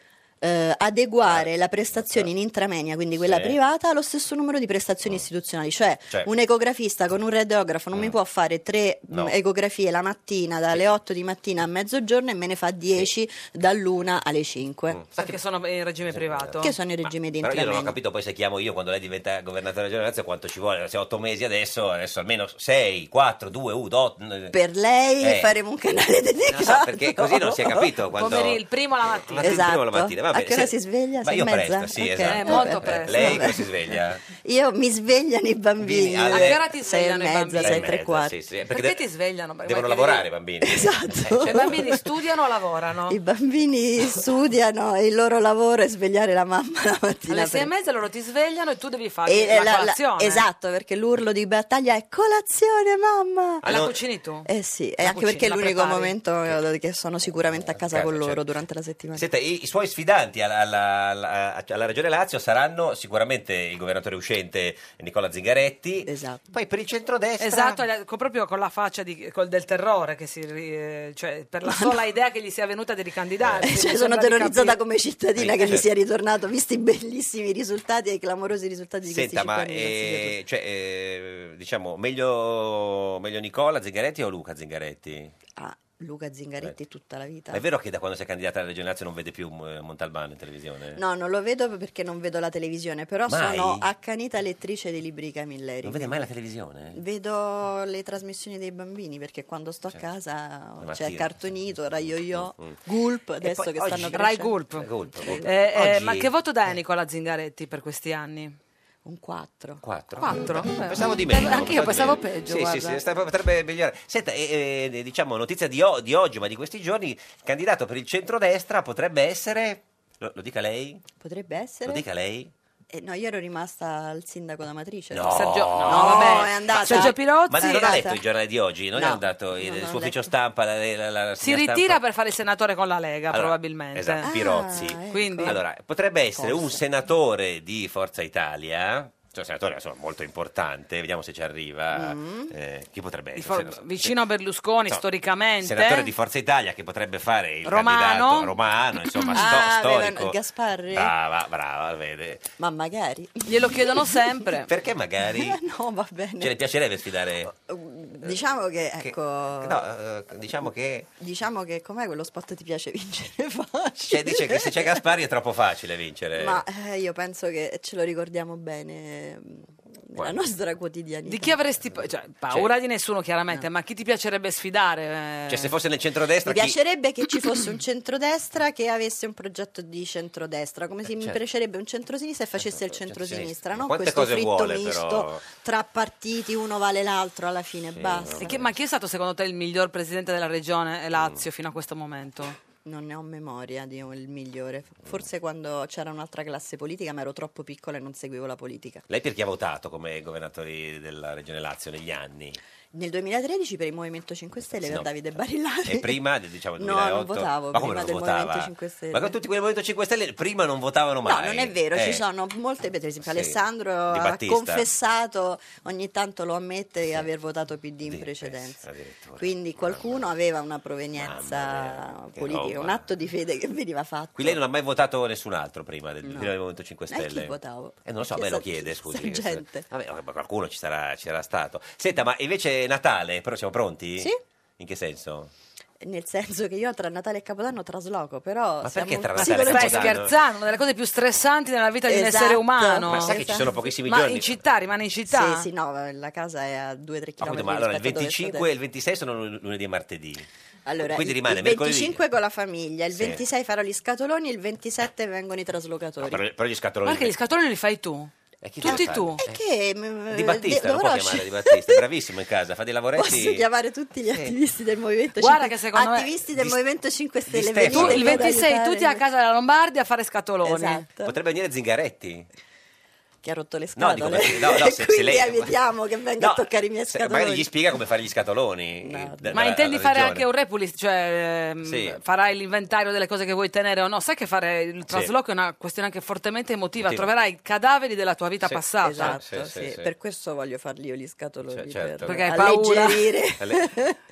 eh, adeguare la prestazione in intramenia, quindi quella Sì. privata, allo stesso numero di prestazioni istituzionali. Cioè, Cioè. un ecografista con un radiografo non mi può fare tre No. mh, ecografie la mattina, dalle otto di mattina a mezzogiorno, e me ne fa dieci dall'una alle cinque. Perché sono in regime privato. Che sono in regime di Però io non ho intramenia. capito poi se chiamo io quando lei diventa governatore della Lazio quanto ci vuole, se otto mesi adesso, adesso almeno sei, quattro, due, uno, otto. Per lei Eh. faremo un canale dedicato. Non so, perché così non si è capito quando... Pomeri- il primo la mattina. Il primo Esatto. la mattina, va A bene, che ora se- si sveglia? Ma Sei io e mezza? presto, sì, Ok. esatto. Eh, molto Eh, presto. Lei Vabbè. come si sveglia? Io mi svegliano i bambini. Alle- A che ora ti Sei e svegliano i mezza, bambini? sei e Sei e tre mezza, quarti. sì, sì, Perché, de- ti svegliano? Perché devono vai- lavorare i bambini. Esatto. Cioè, i bambini studiano o lavorano? I bambini studiano e il loro lavoro è svegliare la mamma la mattina. Alle sei e per- mezza loro ti svegliano e tu devi fare E la, la- la- colazione. esatto, perché l'urlo di battaglia è colazione, mamma. Ah, la cucini tu? Eh sì, e La anche cucini, perché è la l'unico prepari? momento eh, che sono sicuramente a casa Casa, con loro certo. durante la settimana. Senta, i, i suoi sfidanti alla, alla- alla- alla Regione Lazio saranno sicuramente il governatore uscente Nicola Zingaretti. Esatto. Poi per il centrodestra... Esatto, la- con- proprio con la faccia di, col del terrore, che si, ri- eh, cioè per la sola idea che gli sia venuta di ricandidarsi. Cioè, mi sono sembra di terrorizzata capire. come cittadina Sì, che mi certo. sia ritornato, visti i bellissimi risultati e i clamorosi risultati di Senta, questi ma cinque anni di Consiglio. eh, cioè, eh, diciamo, meglio, meglio Nicola Zingaretti o Luca Zingaretti? Ah, Luca Zingaretti tutta la vita. È vero che da quando si è candidata alla Regione Lazio non vede più eh, Montalbano in televisione? No, non lo vedo perché non vedo la televisione, però Mai? sono accanita lettrice dei libri di Camilleri. Non vede mai la televisione? Vedo le trasmissioni dei bambini perché quando sto a casa La c'è mattina. Cartonito, Rai Yo-Yo, Gulp, adesso poi che oggi- stanno Rai crescendo. Gulp. Gulp, Gulp. Eh, eh, Oggi- ma che voto dai a Nicola Zingaretti per questi anni? Un quattro. Quattro? Quattro? Pensavo di Eh, meno. anche io pensavo di meno. peggio, Sì, guarda. sì, sì, sta- potrebbe migliorare. Senta, eh, eh, diciamo, notizia di, o- di oggi, ma di questi giorni, il candidato per il centrodestra potrebbe essere... Lo, lo dica lei? Potrebbe essere? Lo dica lei? Eh, no, io ero rimasta al sindaco d'Amatrice. No. Sergio, no, No, vabbè. è andata. Sergio Pirozzi Ma non ha andata. letto il giornale di oggi? Non è No. andato il, No, il non suo ho ufficio letto. stampa? La, la- la- Si la ritira stampa? per fare il senatore con la Lega, Allora, probabilmente. Esatto, Pirozzi. Ah, ecco. Quindi Allora, potrebbe essere Forse. un senatore di Forza Italia, cioè un senatore insomma, molto importante, vediamo se ci arriva. Eh, chi potrebbe di essere? for- Se- vicino a Berlusconi, so, storicamente. senatore di Forza Italia che potrebbe fare il Romano. candidato romano, insomma, sto- Ah, aveva- storico. Gasparri? Brava, brava, vede. Ma magari. Glielo chiedono sempre. Perché magari No, va bene. ce le piacerebbe sfidare? Diciamo che, ecco, No, eh, diciamo che diciamo che com'è quello spot ti piace vincere facile. cioè, dice che se c'è Gasparri è troppo facile vincere. Ma eh, io penso che ce lo ricordiamo bene mh, nella Guarda. nostra quotidianità. Di chi avresti pa- cioè, paura di nessuno, chiaramente, ma chi ti piacerebbe sfidare? eh? Cioè, se fosse nel centrodestra Mi chi... piacerebbe che ci fosse un centrodestra che avesse un progetto di centrodestra, come se mi certo. piacerebbe un centrosinistra e facesse il centrosinistra, non Quante questo cose fritto vuole, misto però? tra partiti, uno vale l'altro, alla fine basta. E chi- ma chi è stato secondo te il miglior presidente della regione Lazio fino a questo momento? Non ne ho memoria di un- il migliore. Forse quando c'era un'altra classe politica, ma ero troppo piccola e non seguivo la politica. Lei per chi ha votato come governatori della Regione Lazio negli anni? Nel duemilatredici per il Movimento cinque Stelle, per No. Davide Barillari. E prima, diciamo, nel No, duemilaotto? non votavo, Ma come prima non del votava? Movimento cinque Stelle. Ma con tutti quelli del Movimento cinque Stelle prima non votavano mai? No, non è vero, Eh. ci sono molte, per esempio Sì. Alessandro Di ha Battista. confessato, ogni tanto lo ammette, di aver votato P D in Di- precedenza. addirittura. Quindi qualcuno aveva una Mamma provenienza mia, che politica, roba. un atto di fede che veniva fatto. Qui lei non ha mai votato nessun altro prima del, No. prima del Movimento cinque Ma chi Stelle? votavo? Eh, non lo so, a Che me lo sa- chiede, sa scusi. gente. Vabbè, ma qualcuno ci sarà, ci sarà stato. Senta, ma invece Natale, però siamo pronti? Sì. In che senso? Nel senso che io tra Natale e Capodanno trasloco, però Ma siamo perché tra un Natale e Stai psicologi- Capodanno? scherzando? Una delle cose più stressanti nella vita di un Esatto. essere umano. Ma sa che ci Esatto. sono pochissimi Ma giorni? in città, rimane in città? Sì, sì, no, la casa è a due o tre Ma, chilometri appunto, ma allora il rispetto a dove venticinque sto e il ventisei sono lun- lunedì e martedì. Allora, Quindi il- rimane il mercoledì. venticinque con la famiglia, il Sì. ventisei farò gli scatoloni, il ventisette vengono i traslocatori. No, però, però gli scatoloni... Guarda che gli scatoloni li fai tu. Eh, chi Tutti deve tu. fare? E che mm, Di Battista, de- non può dovrò chiamare sc- Di Battista, è bravissimo in casa, fa dei lavoretti... Posso chiamare tutti gli attivisti del Movimento Guarda cinque che secondo me- attivisti del di- Movimento cinque Stelle. Stefano. Tu venite il ad ventisei aiutarmi. tutti a casa della Lombardia a fare scatoloni. Esatto. Potrebbe venire Zingaretti. Che ha rotto le No, dico scatole. perché- no, no, se- se Quindi lei- evitiamo che venga No, a toccare i miei se- scatoloni. magari gli spiega come fare gli scatoloni. No. eh, Ma della- intendi della fare regione. anche un repulis, cioè ehm, Sì. farai l'inventario delle cose che vuoi tenere o no? Sai che fare il trasloco è una questione anche fortemente emotiva, Emotiva. troverai cadaveri della tua vita Sì. passata. Esatto, Sì, sì, sì, sì. per questo voglio farli io gli scatoloni. Cioè, certo. per Perché hai paura. alleggerire. Le-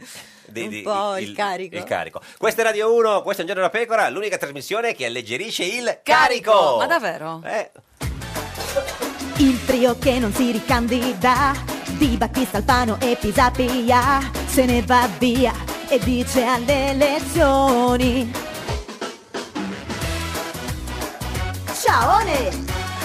di- Un di- po' il carico. il carico. Questa è Radio uno, questo è Un Giorno da Pecora, l'unica trasmissione che alleggerisce il Carico! carico. Ma davvero? Eh. Il trio che non si ricandida, Di Battista, Alfano e Pisapia, se ne va via e dice alle elezioni: Ciaone!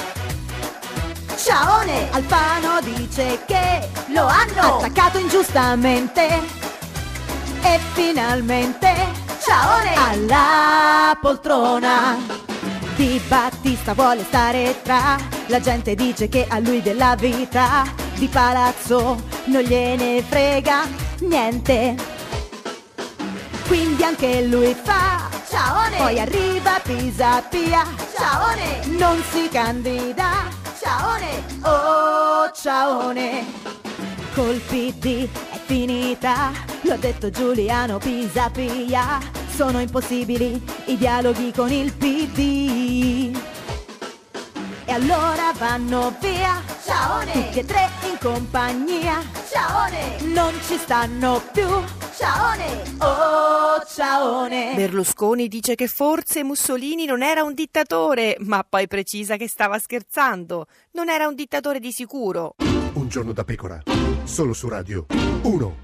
Ciaone! Alfano dice che lo hanno attaccato ingiustamente e finalmente Ciaone alla poltrona. Di Battista vuole stare tra la gente, dice che a lui della vita di palazzo non gliene frega niente, quindi anche lui fa Ciaone. Poi arriva Pisapia, Ciaone, non si candida, Ciaone, oh Ciaone. Col P D è finita, lo ha detto Giuliano Pisapia, sono impossibili i dialoghi con il P D. E allora vanno via, Ciaone, tutti e tre in compagnia, Ciaone, non ci stanno più, Ciaone, oh Ciaone. Berlusconi dice che forse Mussolini non era un dittatore, ma poi precisa che stava scherzando. Non era un dittatore di sicuro. Un giorno da pecora, solo su Radio uno.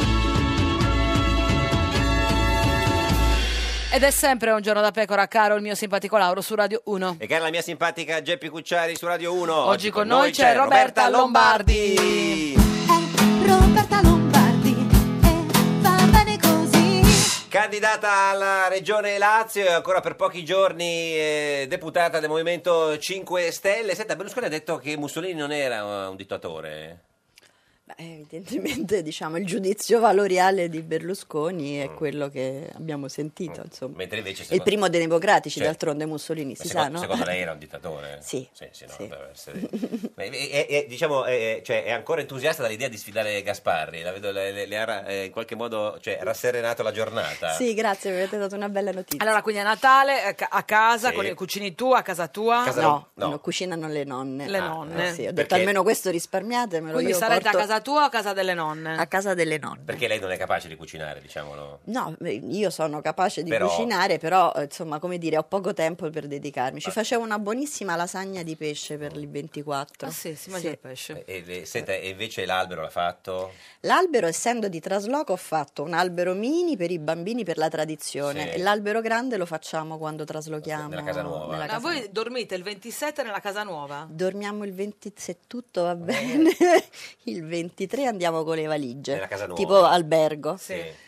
Ed è sempre Un Giorno da Pecora, caro il mio simpatico Lauro su Radio uno. E cara la mia simpatica Geppi Cucciari su Radio uno. Oggi con noi c'è Roberta Lombardi. Roberta Lombardi, e va bene così. Candidata alla Regione Lazio e ancora per pochi giorni eh, deputata del Movimento cinque Stelle. Senta, Berlusconi ha detto che Mussolini non era un dittatore. Beh, evidentemente diciamo il giudizio valoriale di Berlusconi è quello che abbiamo sentito, insomma. Mentre invece È il secondo- primo dei democratici, Certo. d'altronde Mussolini, si secondo, sa, no? secondo lei era un dittatore? Sì, sì, sì, no, sì. deve essere. Ma è, è- è- diciamo, è, cioè, è ancora entusiasta dall'idea di sfidare Gasparri. La vedo, le, le- le ha ra- eh, in qualche modo cioè, rasserenato la giornata. Sì, grazie, mi avete dato una bella notizia. Allora, quindi a Natale eh, ca- a casa, Sì. con i cucini tu, a casa tua? Casa No, no. no, cucinano le nonne. Le Ah, nonne. eh sì, ho detto Perché- almeno questo risparmiatemelo. Quindi io sarete porto a casa tua o a casa delle nonne? a casa delle nonne. Perché lei non è capace di cucinare, diciamolo. No, beh, io sono capace di Però- cucinare, però eh, insomma, come dire, ho poco tempo per dedicarmi. Ci facevo una buonissima lasagna di pesce per il ventiquattro. Ah sì, si mangia il pesce. E, le- senta, e invece l'albero l'ha fatto? L'albero, essendo di trasloco, ho fatto un albero mini per i bambini per la tradizione Sì. e l'albero grande lo facciamo quando traslochiamo Nella casa nuova. nella Ma casa voi dormite il ventisette nella casa nuova? Dormiamo il venti, se tutto va bene, il ventitré andiamo con le valigie, Nella casa nuova. tipo albergo, Sì.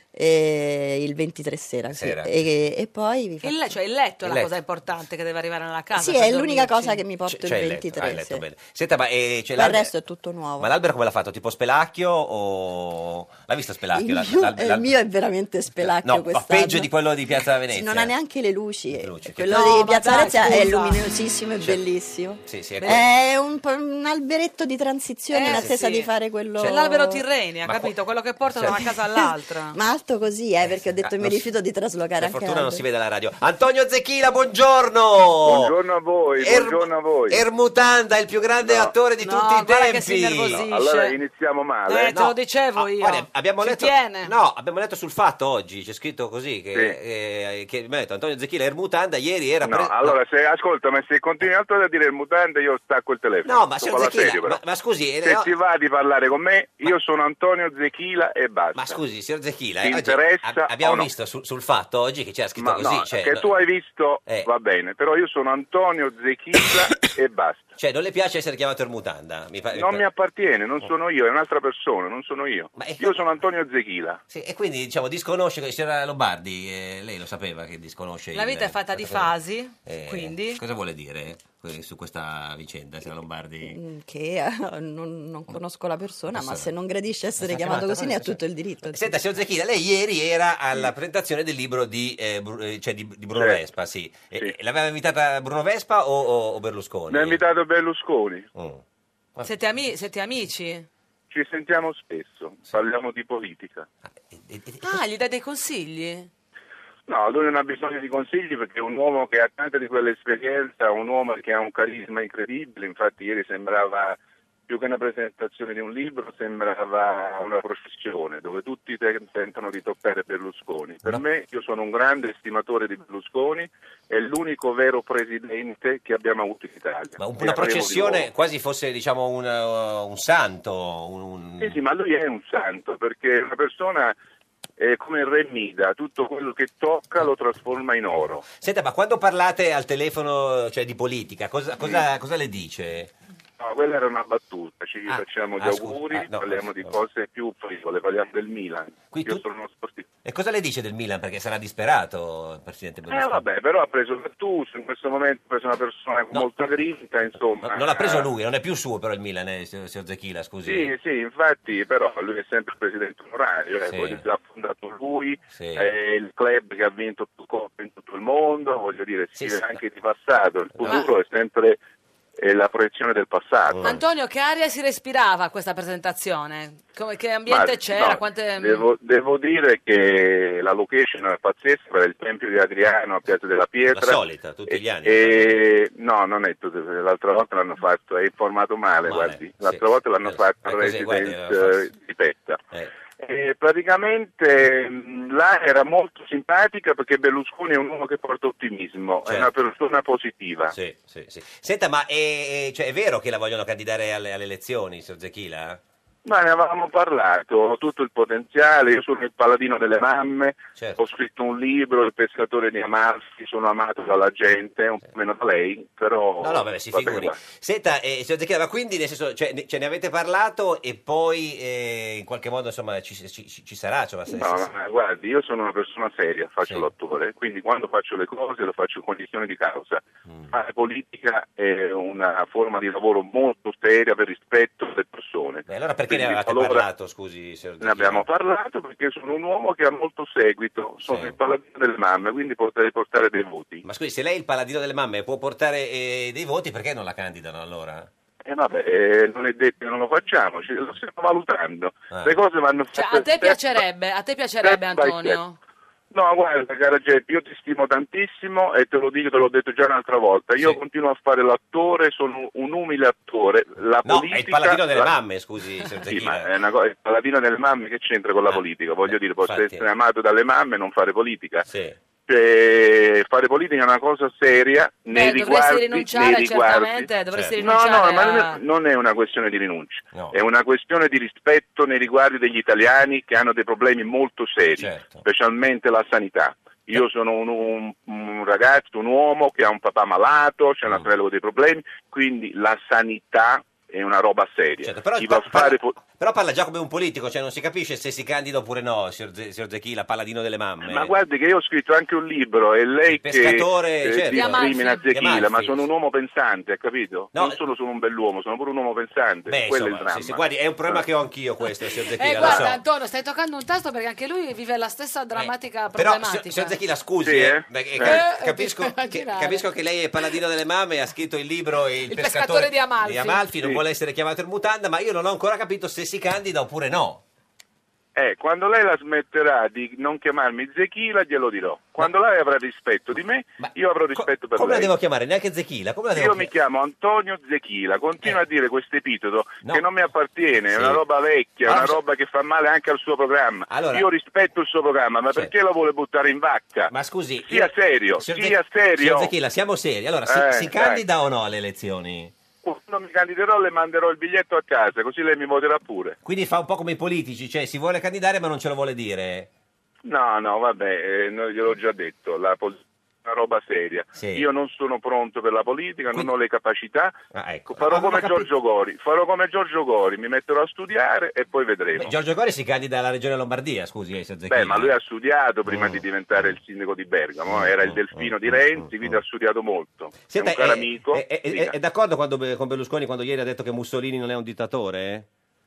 e il ventitré sera, sì. Sera. E, e poi vi Il, le- cioè il letto è Il la letto. cosa importante che deve arrivare nella casa. Sì, per è l'unica dormirci. cosa che mi porto C'è- il c'è il letto. ventitré. Ah, il letto, sì. bene. Senta, ma eh, c'è Ma il l'albero- resto è tutto nuovo. Ma l'albero come l'ha fatto? Tipo Spelacchio o... L'ha visto Spelacchio? Il L'al- mio, l'al- il l'al- mio è veramente spelacchio No, ma quest'anno. peggio di quello di Piazza Venezia. Non ha neanche le luci. Le luci, che- Quello No, di ma Piazza dai, Venezia è scusa. luminosissimo e Cioè, bellissimo. Sì, sì, è È un, po' un alberetto di transizione Eh, in attesa sì. di fare quello. C'è l'albero Tirrenia, Ma capito? qua- Quello che porta Cioè- da una casa all'altra. Ma alto così, eh, perché ho detto Ah, mi non si- rifiuto di traslocare Per anche fortuna non l'albero. si vede alla radio. Antonio Zecchila, buongiorno! Buongiorno a voi, Er- buongiorno a voi. Ermutanda, il più grande No. attore di No, tutti i guarda che si tempi. innervosisce. No, allora iniziamo male. Eh, te lo dicevo Ah, io. guarda, abbiamo Ci letto, tiene. no, abbiamo letto sul Fatto oggi, c'è scritto così che, Sì. eh, che mi ha detto Antonio Zecchila Ermutanda ieri era No, pre- allora se ascolta, ma se continui altro a dire il mutante io stacco il telefono. No, ma Sto signor parlando Zecchila, serio, però. ma, ma scusi, eh, Se no, ti va di parlare con me, io sono Antonio Zecchila e basta. ma scusi, signor Zecchila, Ti eh, oggi interessa ab- abbiamo o no? visto sul, sul Fatto oggi che c'era scritto Ma così, no, cioè, che no- tu hai visto Eh. va bene, però io sono Antonio Zecchila e basta. cioè, non le piace essere chiamato Ermutanda? Mi pa- Non mi appartiene, non sono io, è un'altra persona, non sono io. Ma è- Io sono Antonio Zecchila. Sì, e quindi diciamo disconosce, signora Lombardi, eh, lei lo sapeva che disconosce La il- vita è fatta di fasi, Eh, quindi... Cosa vuole dire eh, su questa vicenda, signora Lombardi? Mm, Che eh, non, non conosco la persona, ma Persona. se non gradisce essere Ma sta chiamato chiamata, così ne ha no, tutto il diritto. Senta, signor Zecchina, lei ieri era alla presentazione del libro di, eh, Bru- eh, cioè di, di Bruno Sì. Vespa, sì. E- Sì. e l'aveva invitata Bruno Vespa o, o- o Berlusconi? Mi ha invitato Berlusconi. Mm. Siete, ami- siete amici? Ci sentiamo spesso, parliamo di politica. Ah, gli dai dei consigli? No, lui non ha bisogno di consigli perché è un uomo che ha tanta di quell'esperienza, un uomo che ha un carisma incredibile, infatti ieri sembrava più che una presentazione di un libro sembrava una processione dove tutti te- tentano di toccare Berlusconi. Per me, io sono un grande estimatore di Berlusconi, è l'unico vero presidente che abbiamo avuto in Italia. Ma un- E una avremo di processione nuovo. quasi fosse, diciamo, un, uh, un santo. Un, un- Sì, sì, ma lui è un santo perché è una persona è come il re Mida, tutto quello che tocca lo trasforma in oro. Senta, ma quando parlate al telefono, cioè di politica, cosa, cosa, cosa le dice? No, quella era una battuta, ci facciamo gli ah, scusi, auguri, ah, no, parliamo di no. cose più frivole, parliamo del Milan. Qui Io tu- sono uno sportivo. E cosa le dice del Milan? Perché sarà disperato il presidente Eh Berlusconi. vabbè, però ha preso Gattuso, in questo momento ha preso una persona con molta grinta, insomma. Non l'ha preso lui, non è più suo però il Milan, eh, signor signor Zecchila, scusi. Sì, sì, infatti, però lui è sempre il presidente onorario, eh, Sì. voglio dire, ha fondato lui, Sì. è il club che ha vinto più coppe in tutto il mondo, voglio dire, si Sì, vede sì. anche di passato, il futuro è sempre eh, la proiezione del passato. Antonio, che aria si respirava a questa presentazione? Come, che ambiente Ma, c'era? no, Quante... devo, devo dire che la location era pazzesca, era il Tempio di Adriano a Piazza della Pietra. La solita, tutti gli anni. E, no, non è tutto, l'altra volta l'hanno fatto, è informato male, Male, guardi. L'altra volta l'hanno fatto a eh, così, guardi, Residence era eh, di Petta. Eh. E praticamente mh, là era molto simpatica perché Berlusconi è un uomo che porta ottimismo, è una persona positiva. Sì, sì, sì. Senta, ma è, è- cioè, è vero che la vogliono candidare alle, alle elezioni, signor Zecchila? Ma ne avevamo parlato, ho tutto il potenziale, io sono il paladino delle mamme, Certo. ho scritto un libro, Il pescatore di Amalfi, sono amato dalla gente, un po' meno da lei, però... No, no, vabbè, si vabbè, figuri. guarda. Senta, eh, signor Zecchila, ma quindi nel senso, cioè, ne, ce ne avete parlato e poi eh, in qualche modo insomma ci, ci- ci- ci sarà? Insomma, se- No, se- ma guardi, io sono una persona seria, faccio Sì. l'attore, quindi quando faccio le cose lo faccio in condizioni di causa. Mm. Fare politica è una forma di lavoro molto seria per rispetto delle persone. Beh, allora perché ne Quindi, avevate allora, parlato, scusi, signor Ne Zecchila? abbiamo parlato perché sono un uomo che ha molto seguito, sono il paladino delle mamme, quindi potrei portare dei voti. Ma scusi, se lei è il paladino delle mamme e può portare eh, dei voti, perché non la candidano allora? E vabbè, eh, non è detto che non lo facciamo, ci- lo stiamo valutando. Ah. Le cose vanno Cioè, fatte a te step- piacerebbe, a te piacerebbe step by Antonio? No, guarda, cara Geppi, io ti stimo tantissimo e te lo dico, te l'ho detto già un'altra volta. Io continuo a fare l'attore, sono un umile attore. La No, politica, è il paladino delle la- mamme, scusi, signor Sì, Zecchila. ma è una cosa, il paladino delle mamme che c'entra con la politica? Voglio dire, posso infatti. essere amato dalle mamme e non fare politica. Sì. Cioè, fare politica è una cosa seria nei Beh, dovresti riguardi, rinunciare nei riguardi- certamente, dovresti No, rinunciare no, ma non a... è, non è una questione di rinuncia, No. è una questione di rispetto nei riguardi degli italiani che hanno dei problemi molto seri, Certo. specialmente la sanità. Io sono un, un- un ragazzo, un uomo che ha un papà malato, c'è una Mm. sorella con dei problemi, quindi la sanità è una roba seria. Certo, però, Chi va a pa- fare parla, po- però parla già come un politico, cioè non si capisce se si candida oppure no, signor, Ze- signor Zecchila, paladino delle mamme. Ma guardi che io ho scritto anche un libro, è lei che pescatore, eh, certo. Di Amalfi. discrimina Di Zecchila, Amalfi. ma sono un uomo pensante, hai capito? No. Non solo sono un bell'uomo, sono pure un uomo pensante, Beh, quello è insomma, il dramma. sì, sì, guardi, è un problema che ho anch'io questo, signor Zecchila, Eh, lo guarda so. Antonio, stai toccando un tasto perché anche lui vive la stessa drammatica Però, problematica. signor signor Zecchila, scusi, Sì, eh, eh? perché Eh. ca- Eh, capisco, ti puoi che, immaginare. capisco che lei è paladino delle mamme e ha scritto il libro Il, Il pescatore di Amalfi. non Sì. vuole essere chiamato in mutanda, ma io non ho ancora capito se si candida oppure no. Eh, quando lei la smetterà di non chiamarmi Zecchila, glielo dirò. Quando lei avrà rispetto di me, io avrò rispetto per Come la lei. devo chiamare? Neanche Zecchila? Come la devo Io mi chiamo Antonio Zecchila, continua a dire questo epiteto No. che non mi appartiene, è Sì. una roba vecchia, è Allora, una roba che fa male anche al suo programma. Allora- Io rispetto il suo programma, ma Sì. perché lo vuole buttare in vacca? Ma scusi, sia io- serio, Signor sia Ze- serio. Signor Zecchila, siamo seri. Allora, si, Eh, si dai. candida o no alle elezioni? Quando mi candiderò le manderò il biglietto a casa, così lei mi voterà pure. Quindi fa un po' come i politici, cioè si vuole candidare ma non ce lo vuole dire. No, no, vabbè, eh, no, gliel'ho già detto, la pol- è una roba seria. Sì. Io non sono pronto per la politica, non ho le capacità. Ah, ecco. Farò Avevo come capito- Giorgio Gori, farò come Giorgio Gori, mi metterò a studiare e poi vedremo. Beh, Giorgio Gori si candida alla regione Lombardia, scusi, eh, signor Zecchila. Beh, ma lui ha studiato prima Mm. di diventare il sindaco di Bergamo, era il delfino di Renzi, quindi ha studiato molto. Senta, è un caro è, amico. è- è- Dica. è d'accordo quando, con Berlusconi quando ieri ha detto che Mussolini non è un dittatore?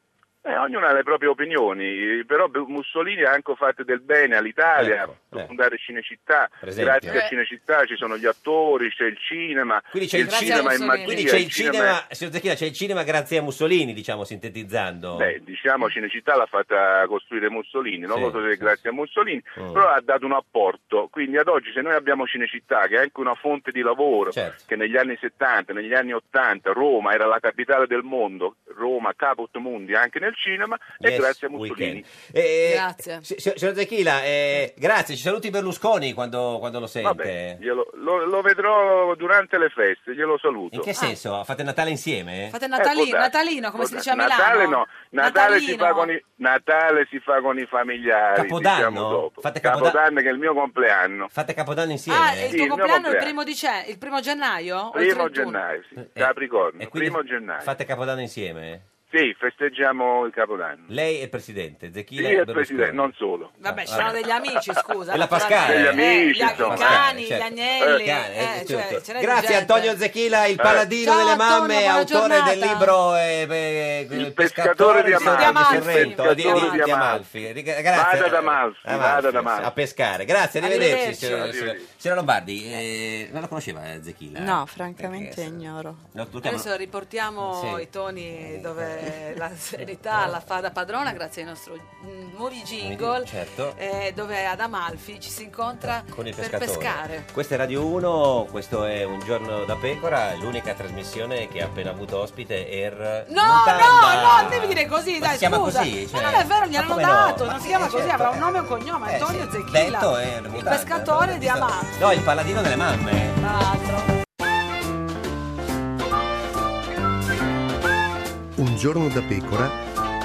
Eh, ognuno ha le proprie opinioni, però Mussolini ha anche fatto del bene all'Italia, Ecco, per eh. fondare Cinecittà, Per esempio. grazie a Eh. Cinecittà ci sono gli attori, c'è il cinema, Quindi c'è il, il cinema è magia, Quindi c'è il cinema cinema, signor Zecchina, c'è il cinema grazie a Mussolini, diciamo, sintetizzando. Beh, diciamo Cinecittà l'ha fatta costruire Mussolini, non Sì, lo so se sì, grazie a Mussolini, Mm. però ha dato un apporto, quindi ad oggi se noi abbiamo Cinecittà, che è anche una fonte di lavoro, Certo. che negli anni settanta, negli anni ottanta Roma era la capitale del mondo, Roma caput mundi anche nel cinema, Yes, e grazie a Mussolini. weekend. Eh, Grazie. si- si- Signor Zecchila, eh, grazie, ci saluti Berlusconi quando, quando lo sente. Vabbè, glielo- lo, lo vedrò durante le feste, glielo saluto. In che senso? Fate Natale insieme? Fate Natalino, Eh, può darsi, Natalino come può si dice a darsi. Milano. Natale no, Natale si, Natalino. fa con i, Natale si fa con i familiari, Capodanno? diciamo dopo. Fate Capodanno? Capodanno che è il mio compleanno. Fate Capodanno insieme? Ah, il Sì, tuo il mio compleanno è il compleanno. primo, dice- il primo gennaio? O il Primo trentuno? gennaio, sì. Eh, Capricorno, e quindi primo gennaio. Fate Capodanno insieme? Sì, festeggiamo il Capodanno. Lei è il presidente, Sì, Zecchila è e il Berlusconi. presidente, non solo. Vabbè, ci sono degli amici, scusa. E la naturalmente. Pascale. Degli amici, Eh, gli, insomma. i cani, Certo. gli agnelli. Eh, cani, eh, eh, cioè, tutto. ce n'è di Grazie gente. Antonio Zecchila, il paladino Ciao, delle Antonio, mamme, buona autore giornata. del libro eh, eh, Il Il pescatore di Sorrento, Amalfi. Sorrento, Il di, pescatore di- di di Amalfi. Amalfi. Riga- Grazie. Vada ad Amalfi, vada ad Amalfi. A pescare. Grazie, arrivederci. Arrivederci. Signora, signora- signora Lombardi, eh, non la conosceva eh, Zecchila? No, francamente Perché- ignoro. No, tu chiama- Adesso riportiamo Sì. i toni dove la serenità la fa da padrona grazie ai nostri mm, nuovi jingle, Certo. eh, dove ad Amalfi ci si incontra Con il per pescatore. pescare. Questa è Radio uno, questo è Un giorno da pecora, l'unica trasmissione che ha appena avuto ospite Er No, Mutanda. no, no, non devi dire così, Ma dai, si chiama scusa. così? Cioè, Ma non è vero, ma gliel'hanno come no? dato, Ma non si sì, chiama così, certo, avrà un eh. nome e un cognome, Eh, Antonio sì, Zecchila. detto è il Mutanda. pescatore di Amalfi. No, il paladino delle mamme. Tra l'altro. Un giorno da pecora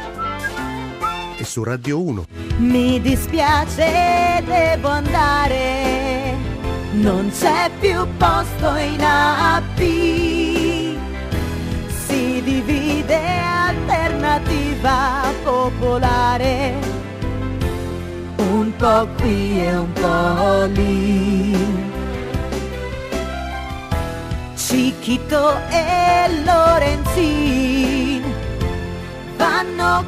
e su Radio uno. Mi dispiace, devo andare, non c'è più posto in A P. Si divide alternativa popolare, un po' qui e un po' lì. Cicchito e Lorenzin vanno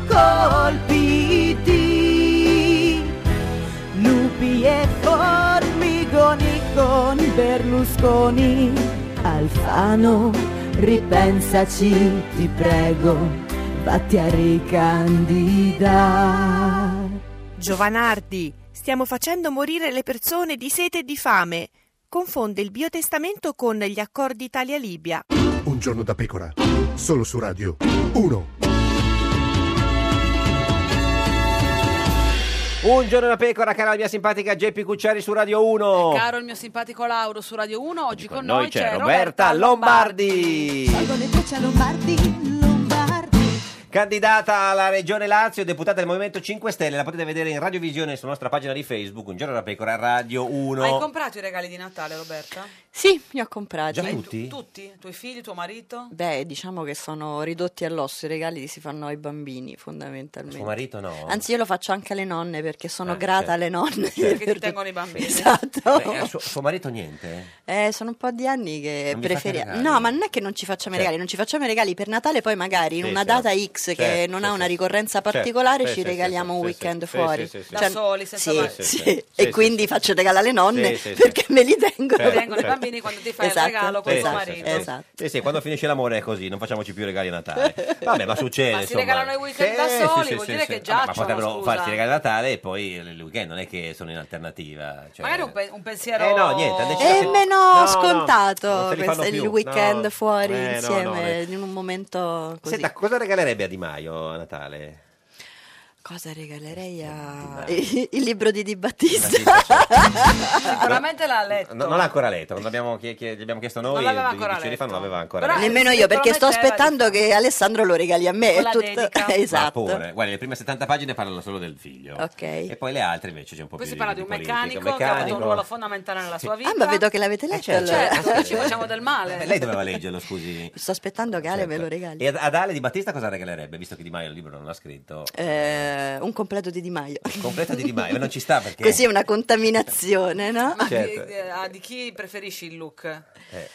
colpiti, lupi e formigoni con Berlusconi. Alfano, ripensaci, ti prego, vatti a ricandidare. Giovanardi, stiamo facendo morire le persone di sete e di fame. Confonde il biotestamento con gli accordi Italia-Libia. Un giorno da pecora, solo su Radio uno. Un giorno da pecora, cara la mia simpatica Geppi Cucciari su Radio uno. Caro il mio simpatico Lauro su Radio uno, oggi con, Con noi c'è c'è Roberta Lombardi. Salgo le frecce a Lombardi, Lombardi. Candidata alla Regione Lazio, deputata del Movimento cinque Stelle, la potete vedere in radiovisione sulla nostra pagina di Facebook, Un giorno da pecora Radio uno. Hai comprato i regali di Natale, Roberta? Sì, li ho comprati. Già tutti? Tutti? Tuoi figli, tuo marito? Beh, diciamo che sono ridotti all'osso, i regali li si fanno ai bambini fondamentalmente. Suo marito no? Anzi, io lo faccio anche alle nonne perché sono Eh, grata certo. alle nonne. Perché per ti tengono i bambini. Esatto. Eh, a suo, suo marito niente? Eh, sono un po' di anni che Non vi fate preferiamo. regali? No, ma non è che non ci facciamo i Certo. regali, non ci facciamo i regali per Natale, poi magari in Sì, una sì. data X che Certo, non sì, ha una sì. ricorrenza Certo, particolare sì, ci sì, regaliamo sì, un sì, weekend sì, fuori. sì, sì, sì. Da soli, senza sì, mai- sì, sì, sì. sì, E sì, quindi sì. faccio il regalo alle nonne Sì, sì, sì. perché me li tengo. Certo, Vengono i certo. bambini quando ti fai Esatto, il regalo con Sì, tuo sì, marito. sì, sì. Esatto. Sì, sì, quando finisce l'amore è così, non facciamoci più regali a Natale. Vabbè, ma succede. Ma si insomma. regalano i weekend da Sì, soli, sì, vuol sì, dire sì. che Vabbè, giacciono, ma potrebbero scusa. farsi i regali a Natale e poi il weekend non è che sono in alternativa. Cioè... Magari un, pe- un pensiero... Eh no, niente, invece- È meno No, no, scontato non se li fanno questo- il più. weekend No. fuori Eh, no, insieme no, eh. in un momento così. Senta, cosa regalerebbe a Di Maio a Natale? Cosa regalerei a Di il libro di Di Battista? Sicuramente l'ha letto. No, non l'ha ancora letto, non abbiamo chie- chie- gli abbiamo chiesto noi, Non l'aveva dieci ancora anni fa non letto. l'aveva ancora Però- letto. Nemmeno si io, perché sto prometteva di aspettando che Alessandro lo regali a me. Con È la tutto- dedica. Ma esatto. pure, guarda, le prime settanta pagine parlano solo del figlio. Ok. E poi le altre invece c'è un po' Qui si più parla di, di un di politica. meccanico, che ha avuto un ruolo fondamentale nella sua vita. Ah, ma vedo che l'avete letto. certo. allora. Certo, qui ci facciamo del male. Eh, Lei doveva leggerlo, scusi. Sto aspettando che Ale Certo. me lo regali. E ad- ad Ale Di Battista cosa regalerebbe, visto che Di Maio il libro non l'ha scritto? Eh, un completo di Di Maio. Completo di Di Maio, non ci sta perché... Così è una contaminazione, no? Ma Certo. di, di- ah, di chi preferisci il look? Eh.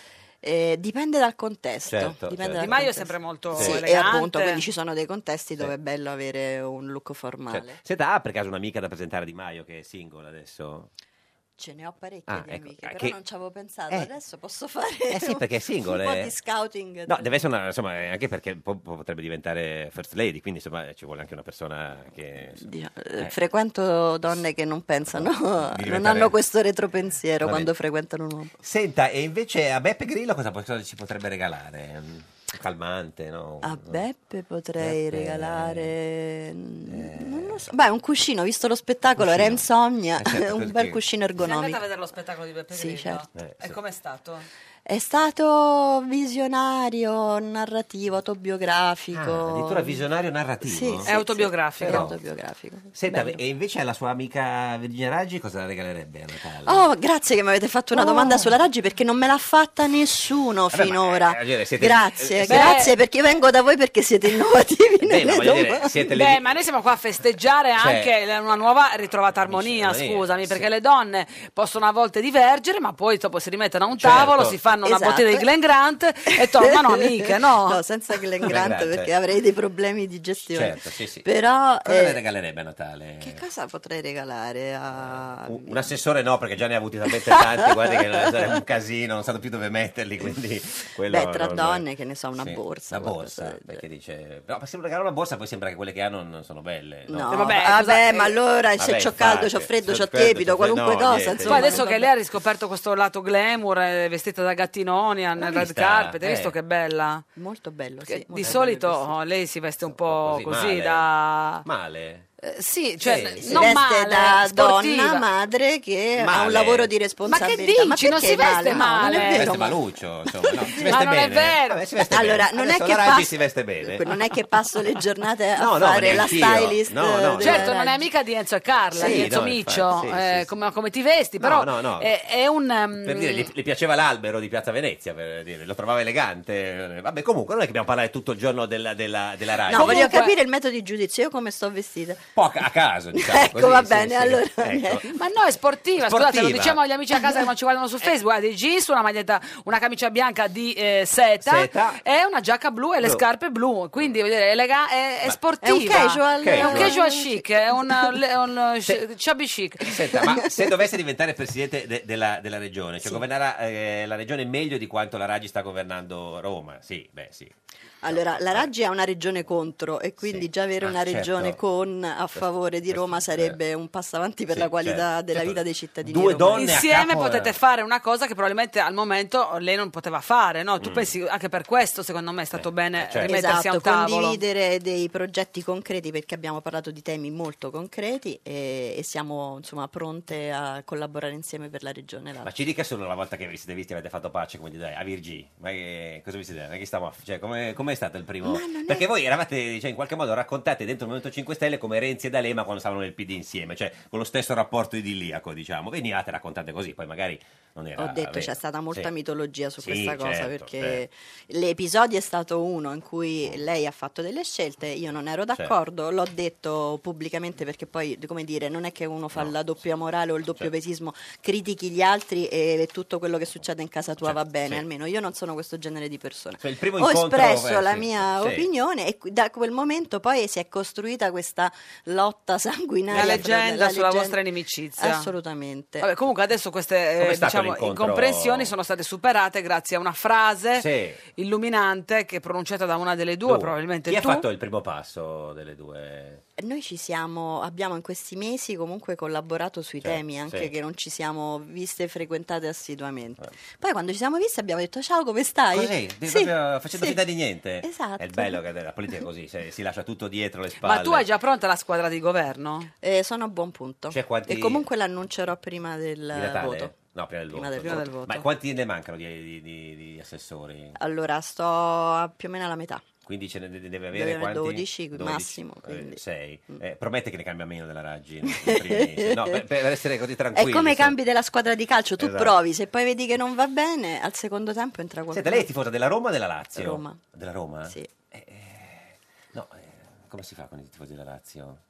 Eh, dipende dal contesto. Certo, dipende certo. dal Di Maio è contesto. sempre molto Sì, e elegante. appunto, quindi ci sono dei contesti Sì. dove è bello avere un look formale. Cioè, senta, ha per caso un'amica da presentare Di Maio che è single adesso? Ce ne ho parecchie Ah, di ecco, amiche, ah, però che- non ci avevo pensato. Eh. Adesso posso fare Eh sì, perché è single, un po' eh. di scouting. No, deve essere una, insomma, anche perché po- potrebbe diventare first lady, quindi insomma ci vuole anche una persona che... Di- eh, eh, Frequento donne che non pensano, non diventare- hanno questo retropensiero Va quando bene. frequentano un uomo. Senta, e invece a Beppe Grillo cosa, cosa ci potrebbe regalare? Calmante, no? A Beppe potrei Beppe- regalare. Non lo so. Beh, un cuscino, visto lo spettacolo, era Cuscino. insomnia. Eh, certo, un perché- bel cuscino Sei andata a ergonomico. vedere lo spettacolo di Beppe Sì, Grillo? certo. Eh, E sì. com'è stato? È stato visionario, narrativo, autobiografico. Ah, addirittura visionario narrativo? Sì, sì, È autobiografico. sì, è autobiografico. Senta, Bello. e invece alla sua amica Virginia Raggi cosa regalerebbe a Natale? Oh, grazie che mi avete fatto una Oh. domanda sulla Raggi perché non me l'ha fatta nessuno Vabbè, ma, finora. eh, voglio dire, siete- Grazie, eh, grazie perché io vengo da voi perché siete innovativi Beh, nelle ma voglio dire, domande. siete le... Beh, ma noi siamo qua a festeggiare Cioè- anche una nuova ritrovata armonia, armonia, scusami, sì. perché le donne possono a volte divergere, ma poi dopo si rimettono a un Certo. tavolo, si fanno una Esatto. bottiglia di Glen Grant e tornano amiche, no? No, senza Glen Glen Grant Grant, perché eh. avrei dei problemi di gestione. Certo, sì, sì. Però Cosa eh, le regalerebbe a Natale? che cosa potrei regalare a Un, un assessore no, perché già ne ha avuti talmente tanti, guardi che sarebbe un casino, non sanno più dove metterli, quindi quello Beh, tra non- donne, che ne so, una Sì, borsa. Una qualcosa borsa, del perché dice... No, ma se regalare una borsa poi sembra che quelle che hanno non sono belle. No, No, Eh, vabbè, vabbè, cosa- ma allora se Vabbè, c'ho caldo, infatti, c'ho freddo, c'ho c'ho freddo, tiepido, c'ho freddo, qualunque no, cosa, niente. insomma. Poi adesso vabbè. che lei ha riscoperto questo lato glamour, eh, vestita da gattinoni, al L'ho red vista, carpet, hai eh. visto che bella? Molto bello, Perché sì. di molto solito bello, oh, lei si veste un po' così, così, male. da... Male? Eh, sì, cioè Sì, si non veste male, da sportiva. donna, madre che ha Male. un lavoro di Ma responsabilità. che dici? Non perché si veste No, non male. è Si vero, veste ma- maluccio, insomma, no, si Ma veste non è bene. vero. Vabbè, si veste Allora, bene. non è Adesso che la Raggi passo- si veste bene. non è che passo le giornate a No, no, fare la neanch'io. stylist. No, no, della no. Certo, non è Raggi. amica di Enzo e Carla, Sì, di Enzo no, Miccio, infatti, sì, eh, sì, come, come ti vesti, No, però no, no. È, è un... um, Per dire, gli, gli piaceva l'albero di Piazza Venezia, per dire, lo trovava elegante. Vabbè, comunque non è che dobbiamo parlare tutto il giorno della, della, della Raggi. No, voglio Comunque- capire il metodo di giudizio, io come sto vestita. Un po' a a caso, diciamo. Ecco, così, va sì, bene, sì. allora, Ecco. Ma no, è sportiva, Sportiva. scusate, lo diciamo agli amici a casa che non ci guardano su Facebook, guarda, dei jeans, una maglietta, una camicia bianca di eh, seta, Seta. e una giacca blu e le Blu. scarpe blu, quindi voglio dire, è, elega- è, è Ma- sportiva. È un casual. È un Casual. casual chic, è un, le- un Se- chubby chic. Senta, ma se dovesse diventare presidente de- della, della regione, cioè governerà eh, la regione meglio di quanto la Raggi sta governando Roma? Sì, beh, sì. Allora, la Raggi ha una regione contro e quindi Sì. già avere Ah, una regione certo. con a favore di Roma sarebbe un passo avanti per Sì, la qualità certo, della certo. vita dei cittadini Due romani. donne a Insieme capo, potete eh. fare una cosa che probabilmente al momento lei non poteva fare, no? Tu Mm. pensi anche per questo, secondo me, è stato bene certo. rimettersi a Esatto, un tavolo. condividere dei progetti concreti perché abbiamo parlato di temi molto concreti e, e siamo insomma pronte a collaborare insieme per la regione Ma Lazio. ci dica solo una volta che vi siete visti e avete fatto pace, come dire, a Virgì, ma che, cosa vi siete, ma che stiamo a- cioè, come com'è stato il primo? Ma non è- Perché voi eravate, cioè, in qualche modo raccontate dentro il Movimento cinque Stelle come Renzi e D'Alema quando stavano nel P D insieme, cioè con lo stesso rapporto idilliaco, diciamo. Venivate raccontate così, poi magari non era Ho detto vero. c'è stata molta Sì. mitologia su Sì, questa cosa certo, perché l'episodio è stato uno in cui lei ha fatto delle scelte, io non ero Certo. d'accordo, l'ho detto pubblicamente perché poi, come dire, non è che uno fa No, la doppia morale o il doppio Certo. pesismo, critichi gli altri e tutto quello che succede in casa tua Certo, va bene, sì. almeno io non sono questo genere di persona. Cioè, il primo Ho incontro, espresso eh, la sì, mia sì. opinione e qui- da quel momento poi si è costruita questa lotta sanguinaria. La fra- leggenda la sulla leggenda- vostra inimicizia. Assolutamente. Vabbè, comunque adesso queste Com'è eh, stato diciamo, l'incontro? incomprensioni sono state superate grazie a una frase Sì. illuminante che è pronunciata da una delle due, Tu. probabilmente Chi tu. ha fatto il primo passo delle due? Noi ci siamo, abbiamo in questi mesi comunque collaborato sui Certo, temi, anche sì. che non ci siamo viste e frequentate assiduamente. Poi quando ci siamo viste abbiamo detto ciao, come stai? Così, di- Sì, proprio facendo sì. finta di niente. Esatto. È il bello che la politica è così, se- si lascia tutto dietro le spalle. Ma tu hai già pronta la squadra di governo? Eh, sono a buon punto. Cioè, quanti- E comunque l'annuncerò prima del Di Natale? voto. No, prima del Prima voto. del Prima del voto. Ma quanti ne mancano di, di- di- di assessori? Allora, sto a più o meno alla metà. Quindi ce ne de- deve avere Deve avere quanti? dodici massimo, quindi. Mm. sei. promette che ne cambia meno della Raggi? nei- nei primi mesi? No, per, per essere così È tranquilli. come i se- cambi della squadra di calcio, tu Esatto. provi, se poi vedi che non va bene, al secondo tempo entra qualcuno. Senta, lei è tifosa della Roma o della Lazio? Roma. Della Roma? Sì. Eh, eh, no, eh, come si fa con i tifosi della Lazio?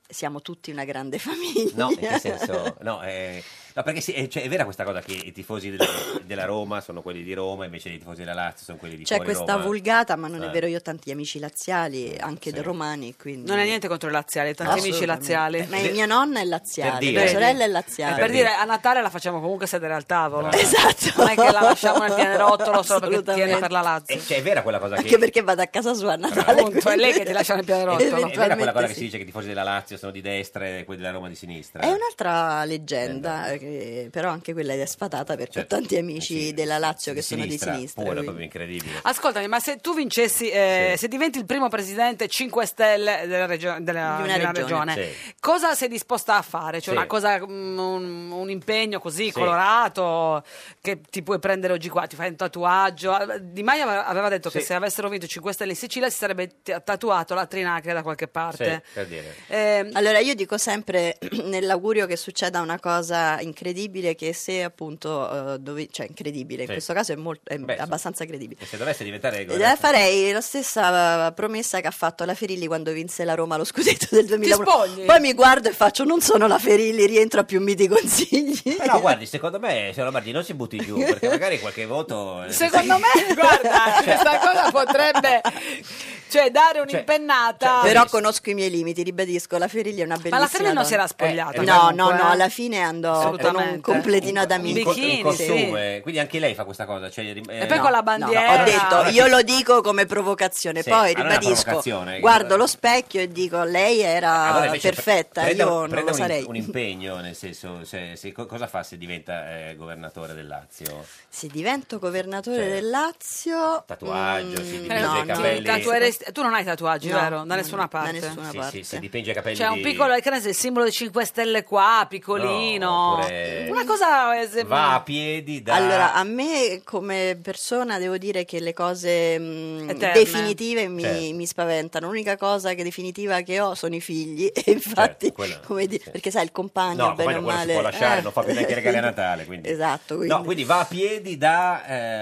siamo tutti una grande famiglia. No, in che senso? No, eh, no perché sì, è, cioè, è vera questa cosa che i tifosi del- della Roma sono quelli di Roma, invece i tifosi della Lazio sono quelli di C'è fuori questa Roma. vulgata, ma non è Eh. vero, io ho tanti amici laziali, anche sì. romani, quindi... Non è niente contro i laziali, tanti amici Assolutamente. laziali. Ma mia nonna è laziale, Per dire. mia sorella è Eh, laziale. per dire, a Natale la facciamo comunque sedere al tavolo. Esatto. Non è che la lasciamo nel pianerottolo solo perché Assolutamente. tiene per la Lazio. Eh, cioè, è vera quella cosa che... Anche perché vado a casa sua a Natale. Appunto, è lei che ti lascia nel pianerottolo. È vera quella cosa che sì. si dice che i tifosi della Lazio sono di destra e quelli della Roma di sinistra? È un'altra leggenda, eh, che- però anche quella è sfatata perché ho tanti amici della Lazio che sono di sinistra. Pure, è quindi- proprio incredibile. Ascoltami, ma se tu vincessi, eh, Sì. se diventi il primo presidente cinque Stelle della, regio- della- Di una di una regione. regione, Sì. cosa sei disposta a fare? Cioè Sì. una cosa, mm, un, un impegno così Sì. colorato che ti puoi prendere oggi qua, ti fai un tatuaggio. Di Maio aveva- aveva detto che Sì. se avessero vinto cinque Stelle in Sicilia si sarebbe t- tatuato la Trinacria da qualche parte. Sì, per dire. Eh, Allora io dico sempre nell'augurio che succeda una cosa incredibile, che se appunto eh, dovi- cioè incredibile, in Sì. questo caso è, molto, è Beh, insomma, abbastanza credibile. E se dovesse diventare Eh, governatore- farei la stessa promessa che ha fatto la Ferilli quando vinse la Roma lo scudetto del duemilauno. spogli? Poi mi guardo e faccio: non sono la Ferilli, rientro a più miti consigli. Però guardi, secondo me, signor Lombardi, non si butti giù, perché magari qualche voto... eh, Secondo me, guarda, questa cosa potrebbe cioè, dare un'impennata. Però conosco i miei limiti, ribadisco, la Ferilli è una bellissima Ma la Ferilli non donna. si era spogliata. Eh, no, no, comunque, no, eh. alla fine andò con un Assolutamente. completino ad in, amici. co- bikini, in costume, quindi anche lei fa questa cosa. Cioè, eh, E poi con la No, bandiera. ho detto, io lo dico come provocazione, Sì, poi ma non è una ribadisco, provocazione. guardo lo specchio e dico, lei era Allora, invece, perfetta, prenda- io non prenda lo un, sarei. un impegno, nel senso, se, se- co- cosa fa se diventa eh, governatore del Lazio? Se divento governatore Sì. del Lazio... Tatuaggio, si mm, dipinge no, i no. capelli. Tatueresti- tu non hai tatuaggi, No, vero? Da no, nessuna da parte. nessuna Sì, parte. sì, si dipinge i capelli C'è un di- piccolo, che ne so, il simbolo dei cinque Stelle qua, piccolino. No, oppure- Una cosa... eh, se- Va a piedi da... Allora, a me come persona devo dire che le cose mh, Eterne. definitive mi, Certo. mi spaventano. L'unica cosa che definitiva che ho sono i figli e infatti, Certo, quello- come dire, perché sai, il compagno, No, il bene compagno o quello si male... può lasciare, eh, non fa più neanche i regali a Natale. Quindi. Esatto, quindi... No, quindi va a piedi da...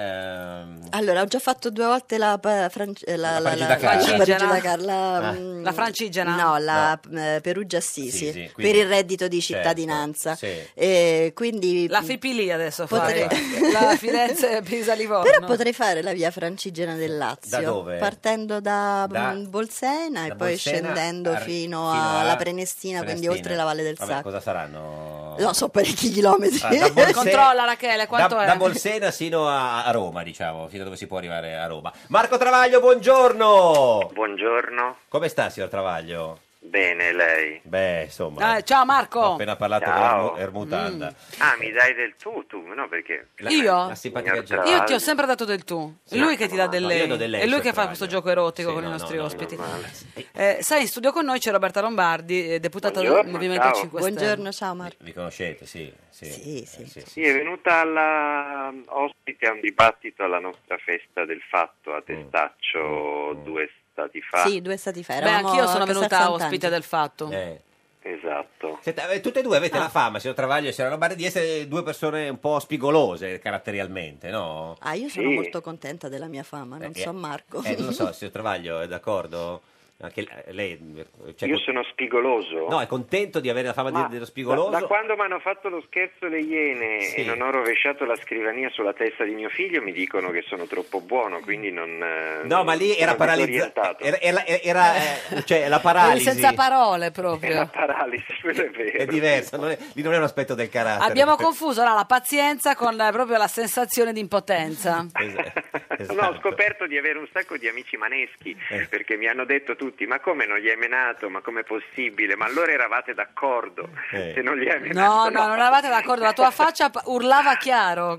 ehm, Allora, ho già fatto due volte la, pa- franc- la, La la, Parigi la, Dakar. la Parigi Francigena? Dakar, la, Ah. mm, La francigena? No, la eh, Perugia Assisi, Sì, sì, per quindi- il reddito di certo, cittadinanza. sì. E quindi La Fipili adesso Potrei- fai. La Firenze Pisa Livorno. Però potrei fare la via Francigena del Lazio, Da dove? partendo da, Da- mm, Bolsena e da poi Bolsena scendendo a- fino, fino alla a- Prenestina, quindi Prenestina. oltre la Valle del Vabbè, Sacco. cosa saranno? No, so parecchi chilometri. Ah, da Bolsena- Controlla, Rachele, quanto da, è? da Bolsena sino a, a Roma, diciamo, fino a dove si può arrivare a Roma. Marco Travaglio, buongiorno! Buongiorno, Come sta, signor Travaglio? bene lei. Beh, insomma, Eh, ciao ho Marco. appena parlato Ciao. con Ermutanda. Ah, mi dai del tu, tu, no perché... La- Io? La simpatica Signor gente. Io ti ho sempre dato del tu. È Sì. lui che ti dà del No, lei. io do del lei, È lui signor che fa Travaglio. questo gioco erotico Sì, con no, i nostri no, no, ospiti. normale. Eh, sai, in studio con noi c'è Roberta Lombardi, eh, deputata del Buongiorno, Movimento ciao. cinque Stelle. Buongiorno, ciao Marco. Vi conoscete, sì. Sì, Sì, sì. Eh, sì, sì. Sì, è venuta alla ospite a un dibattito alla nostra festa del fatto a Testaccio Mm. due stati fa. Sì, due stati fa. Beh, eravamo anch'io sono a Castel venuta Sant'Angelo. ospite del fatto. Eh. Esatto. Senta, eh, tutte e due avete Ah. la fama, signor Travaglio e signora Lombardi, di essere due persone un po' spigolose caratterialmente, no? Ah, io sono Sì. molto contenta della mia fama, non Eh, so Marco. Eh, non lo so, signor Travaglio, è d'accordo? Anche lei... cioè, Io sono spigoloso. No, è contento di avere la fama di- Ma dello spigoloso? Da, da quando mi hanno fatto lo scherzo le iene Sì. e non ho rovesciato la scrivania sulla testa di mio figlio, mi dicono che sono troppo buono, quindi non... eh, No, ma lì sono era paralizzato. disorientato. Era, era, era, eh, cioè, la Eri paralisi. senza parole È la proprio. paralisi, quello è vero. È diverso, non è, lì non è un aspetto del carattere. Abbiamo confuso ora la pazienza con eh, proprio la sensazione di impotenza. Es- No, ho esatto. scoperto di avere un sacco di amici maneschi, Eh. perché mi hanno detto tutti, ma come non gli hai menato, ma com'è possibile? Ma allora eravate d'accordo, Eh. se non gli hai No, menato? no, non eravate d'accordo. La tua faccia p- urlava chiaro.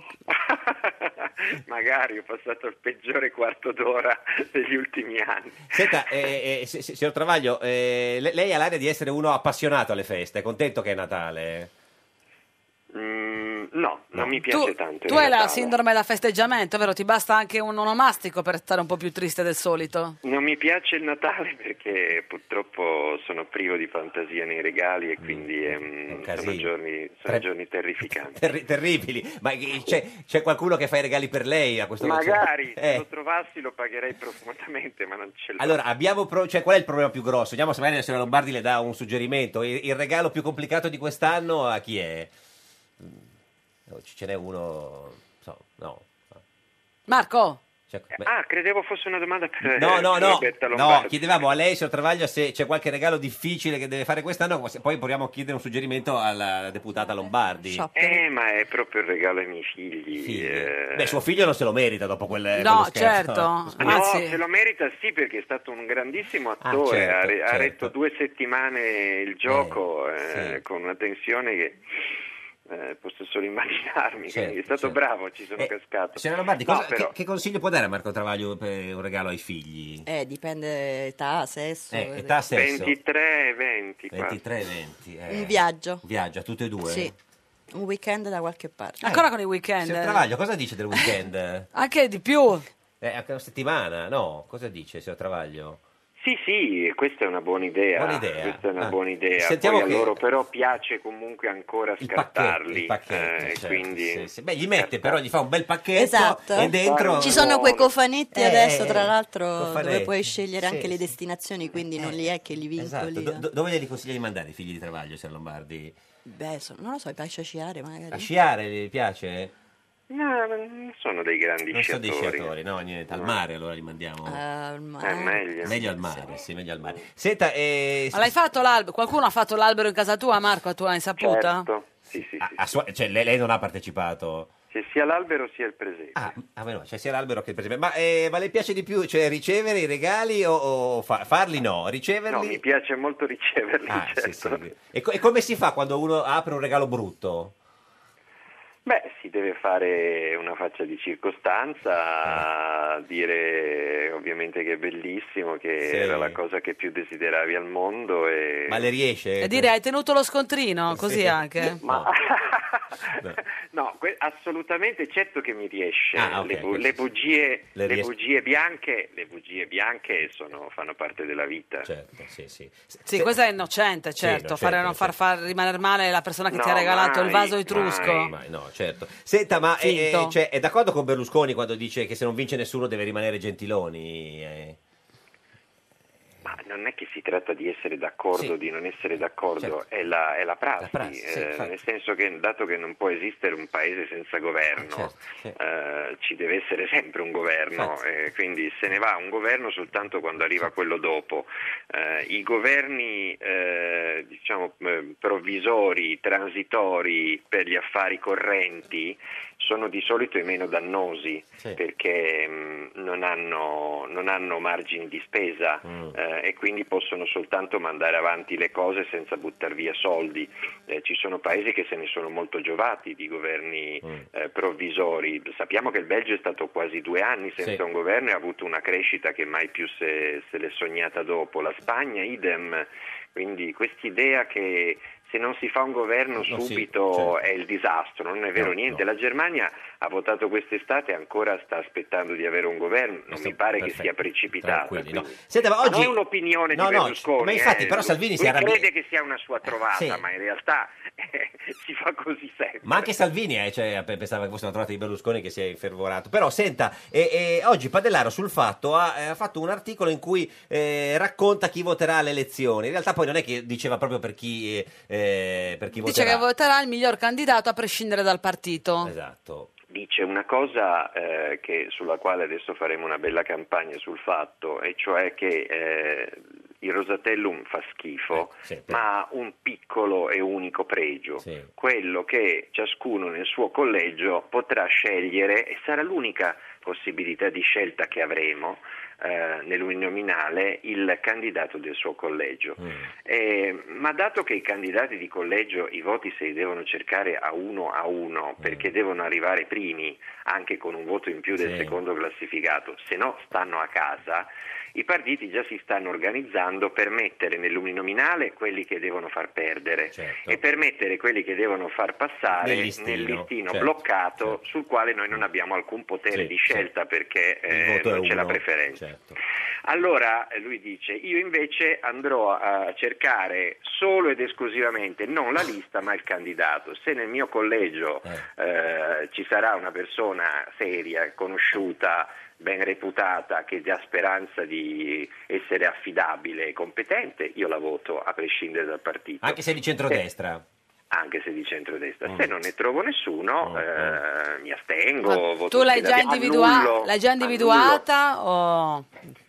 Magari ho passato il peggiore quarto d'ora degli ultimi anni. Senta, eh, eh, si- si- signor Travaglio, eh, le- lei ha l'aria di essere uno appassionato alle feste, è contento che è Natale? Mm, No, non mi piace Tu, tanto. tu in hai la Natale. sindrome da festeggiamento, vero? Ti basta anche un onomastico per stare un po' più triste del solito. Non mi piace il Natale perché purtroppo sono privo di fantasia nei regali e quindi ehm, sono casino. giorni, sono Tre- giorni terrificanti. Terri- terribili. Ma c'è, c'è qualcuno che fa i regali per lei a questo punto? Magari se Eh. lo trovassi lo pagherei profondamente, ma non ce l'ho. Allora, abbiamo pro- cioè, qual è il problema più grosso? Vediamo se magari la signora Lombardi le dà un suggerimento. Il, il regalo più complicato di quest'anno a chi è? Mm, no, ce n'è uno... So, no. Marco? Cioè, beh, Ah, credevo fosse una domanda per, no, no, per no, Roberta no, Lombardi. chiedevamo a lei, signor Travaglio, se c'è qualche regalo difficile che deve fare quest'anno, poi proviamo a chiedere un suggerimento alla deputata Lombardi. Eh, ma è proprio il regalo ai miei figli. Figli. eh. Beh, suo figlio non se lo merita dopo quel No, quello scherzo. certo. Scusi. No, se lo merita sì, perché è stato un grandissimo attore, certo, ha, re- ha certo. retto due settimane il gioco eh, sì. con una tensione che eh, posso solo immaginarmi, Certo, quindi è stato certo. bravo, ci sono Eh, cascato. Signora Lombardi, No, cosa- però- che, che consiglio può dare a Marco Travaglio per un regalo ai figli? Eh, dipende età, sesso. Eh, età, sesso. ventitré e venti. qua. ventitré venti. eh. Un viaggio. Un viaggio a tutte e due? Sì, un weekend da qualche parte. Ancora con i weekend? Signor Travaglio, cosa dice del weekend? Anche di più. Eh, anche una settimana? No, cosa dice, signor Travaglio? Sì, sì, questa è una buona idea. Buona idea. Questa è una Ah. buona idea. Sentiamo Poi che- a loro però piace comunque ancora Il scartarli. pacchetto, il pacchetto, eh, certo, quindi... sì, sì. Beh, gli mette però, gli fa un bel pacchetto Esatto. e dentro... Ci sono quei cofanetti Eh, adesso, eh, tra l'altro, cofanetti. dove puoi scegliere Sì, anche le sì. destinazioni, quindi non li è che li Esatto. vincoli. Do- do- dove glieli consiglia di mandare i figli di Travaglio, signor Lombardi? Beh, so- non lo so, piace a sciare magari. A sciare gli piace? No, non sono dei grandi Non sono dei sciatori. sciatori, no, niente, al mare allora li mandiamo. Al È meglio. Meglio al mare, sì, meglio al mare. Senta, eh, Ma l'hai fatto l'albero? Qualcuno ha fatto l'albero in casa tua, Marco, a tua insaputa? Certo, sì, sì, a- a sua- cioè, lei, lei non ha partecipato? C'è sia l'albero sia il presepe. Ah, ah, beh, no, c'è sia l'albero che il presepe. Ma, eh, ma le piace di più, cioè, ricevere i regali o, o fa- farli no? Riceverli? No, mi piace molto riceverli, Ah, sì, certo. sì. E, co- e come si fa quando uno apre un regalo brutto? Beh, si deve fare una faccia di Eh. circostanza, dire ovviamente che è bellissimo, che Sì. era la cosa che più desideravi al mondo e... Ma le riesce? E dire hai tenuto lo scontrino, così Sì. anche. Ma no, que- assolutamente, certo che mi riesce. Ah, ok, le, bu- questo le sì. bugie, Le le ries- bugie bianche, le bugie bianche sono- fanno parte della vita. Certo, sì, sì. Sì, questo è innocente, certo. innocente, fare, non far far rimanere male la persona che ti ha No, regalato il mai, vaso etrusco. mai. Ma no, certo. Senta, ma eh, Finto. eh, cioè, è d'accordo con Berlusconi quando dice che se non vince nessuno deve rimanere Gentiloni? Eh, Ma non è che si tratta di essere d'accordo o Sì. di non essere d'accordo, Certo. è, la, è la prassi, La prassi, sì, eh, infatti. nel senso che dato che non può esistere un paese senza governo, certo, sì. eh, ci deve essere sempre un governo, Infatti. eh, quindi se ne va un governo soltanto quando arriva quello dopo. Eh, I governi eh, diciamo eh, provvisori, transitori per gli affari correnti sono di solito i meno dannosi Sì. perché mh, non, hanno, non hanno margini di spesa Mm. eh, e quindi possono soltanto mandare avanti le cose senza buttare via soldi. Eh, ci sono paesi che se ne sono molto giovati di governi Mm. eh, provvisori. Sappiamo che il Belgio è stato quasi due anni senza Sì. un governo e ha avuto una crescita che mai più se, se l'è sognata dopo. La Spagna idem, quindi quest'idea che se non si fa un governo No, sì, subito certo. è il disastro, non è vero No, niente. no. La Germania ha votato quest'estate e ancora sta aspettando di avere un governo, non Questo- mi pare perfetto, che sia precipitata. tranquilli, no. quindi- Senta, ma Ma oggi... non è un'opinione No, di no, Berlusconi, ma infatti, eh. però Salvini si Lui arrabbia- crede che sia una sua trovata, Sì. ma in realtà eh, si fa così sempre. Ma anche Salvini eh, cioè, pensava che fosse una trovata di Berlusconi che si è infervorato. Però senta, e, e oggi Padellaro sul Fatto ha, eh, ha fatto un articolo in cui eh, racconta chi voterà alle elezioni. In realtà poi non è che diceva proprio per chi, eh, per chi Dice voterà. che voterà il miglior candidato a prescindere dal partito. Esatto. Dice una cosa eh, che, sulla quale adesso faremo una bella campagna sul Fatto, e cioè che eh, il Rosatellum fa schifo, Eh, sì, ma ha un piccolo e unico pregio, Sì. quello che ciascuno nel suo collegio potrà scegliere e sarà l'unica possibilità di scelta che avremo eh, nell'uninominale il candidato del suo collegio. Mm. Eh, ma dato che i candidati di collegio i voti se li devono cercare a uno a uno perché devono arrivare primi anche con un voto in più del Sì. secondo classificato, se no stanno a casa, i partiti già si stanno organizzando per mettere nell'uninominale quelli che devono far perdere Certo. e per mettere quelli che devono far passare Nel listino, nel listino certo, bloccato certo. sul quale noi non abbiamo alcun potere Sì, di scelta sì. perché Il eh, voto è non c'è la uno, preferenza. certo. Allora eh, lui dice: io invece andrò a cercare solo ed esclusivamente non la lista ma il candidato. Se nel mio collegio eh, ci sarà una persona seria, conosciuta, ben reputata, che dà speranza di essere affidabile e competente, io la voto a prescindere dal partito. Anche se di centrodestra. Anche se di centrodestra. Mm. Se non ne trovo nessuno, Mm, eh, mi astengo. Ma voto tu l'hai già, scheda- individua- annullo, l'hai già individuata o...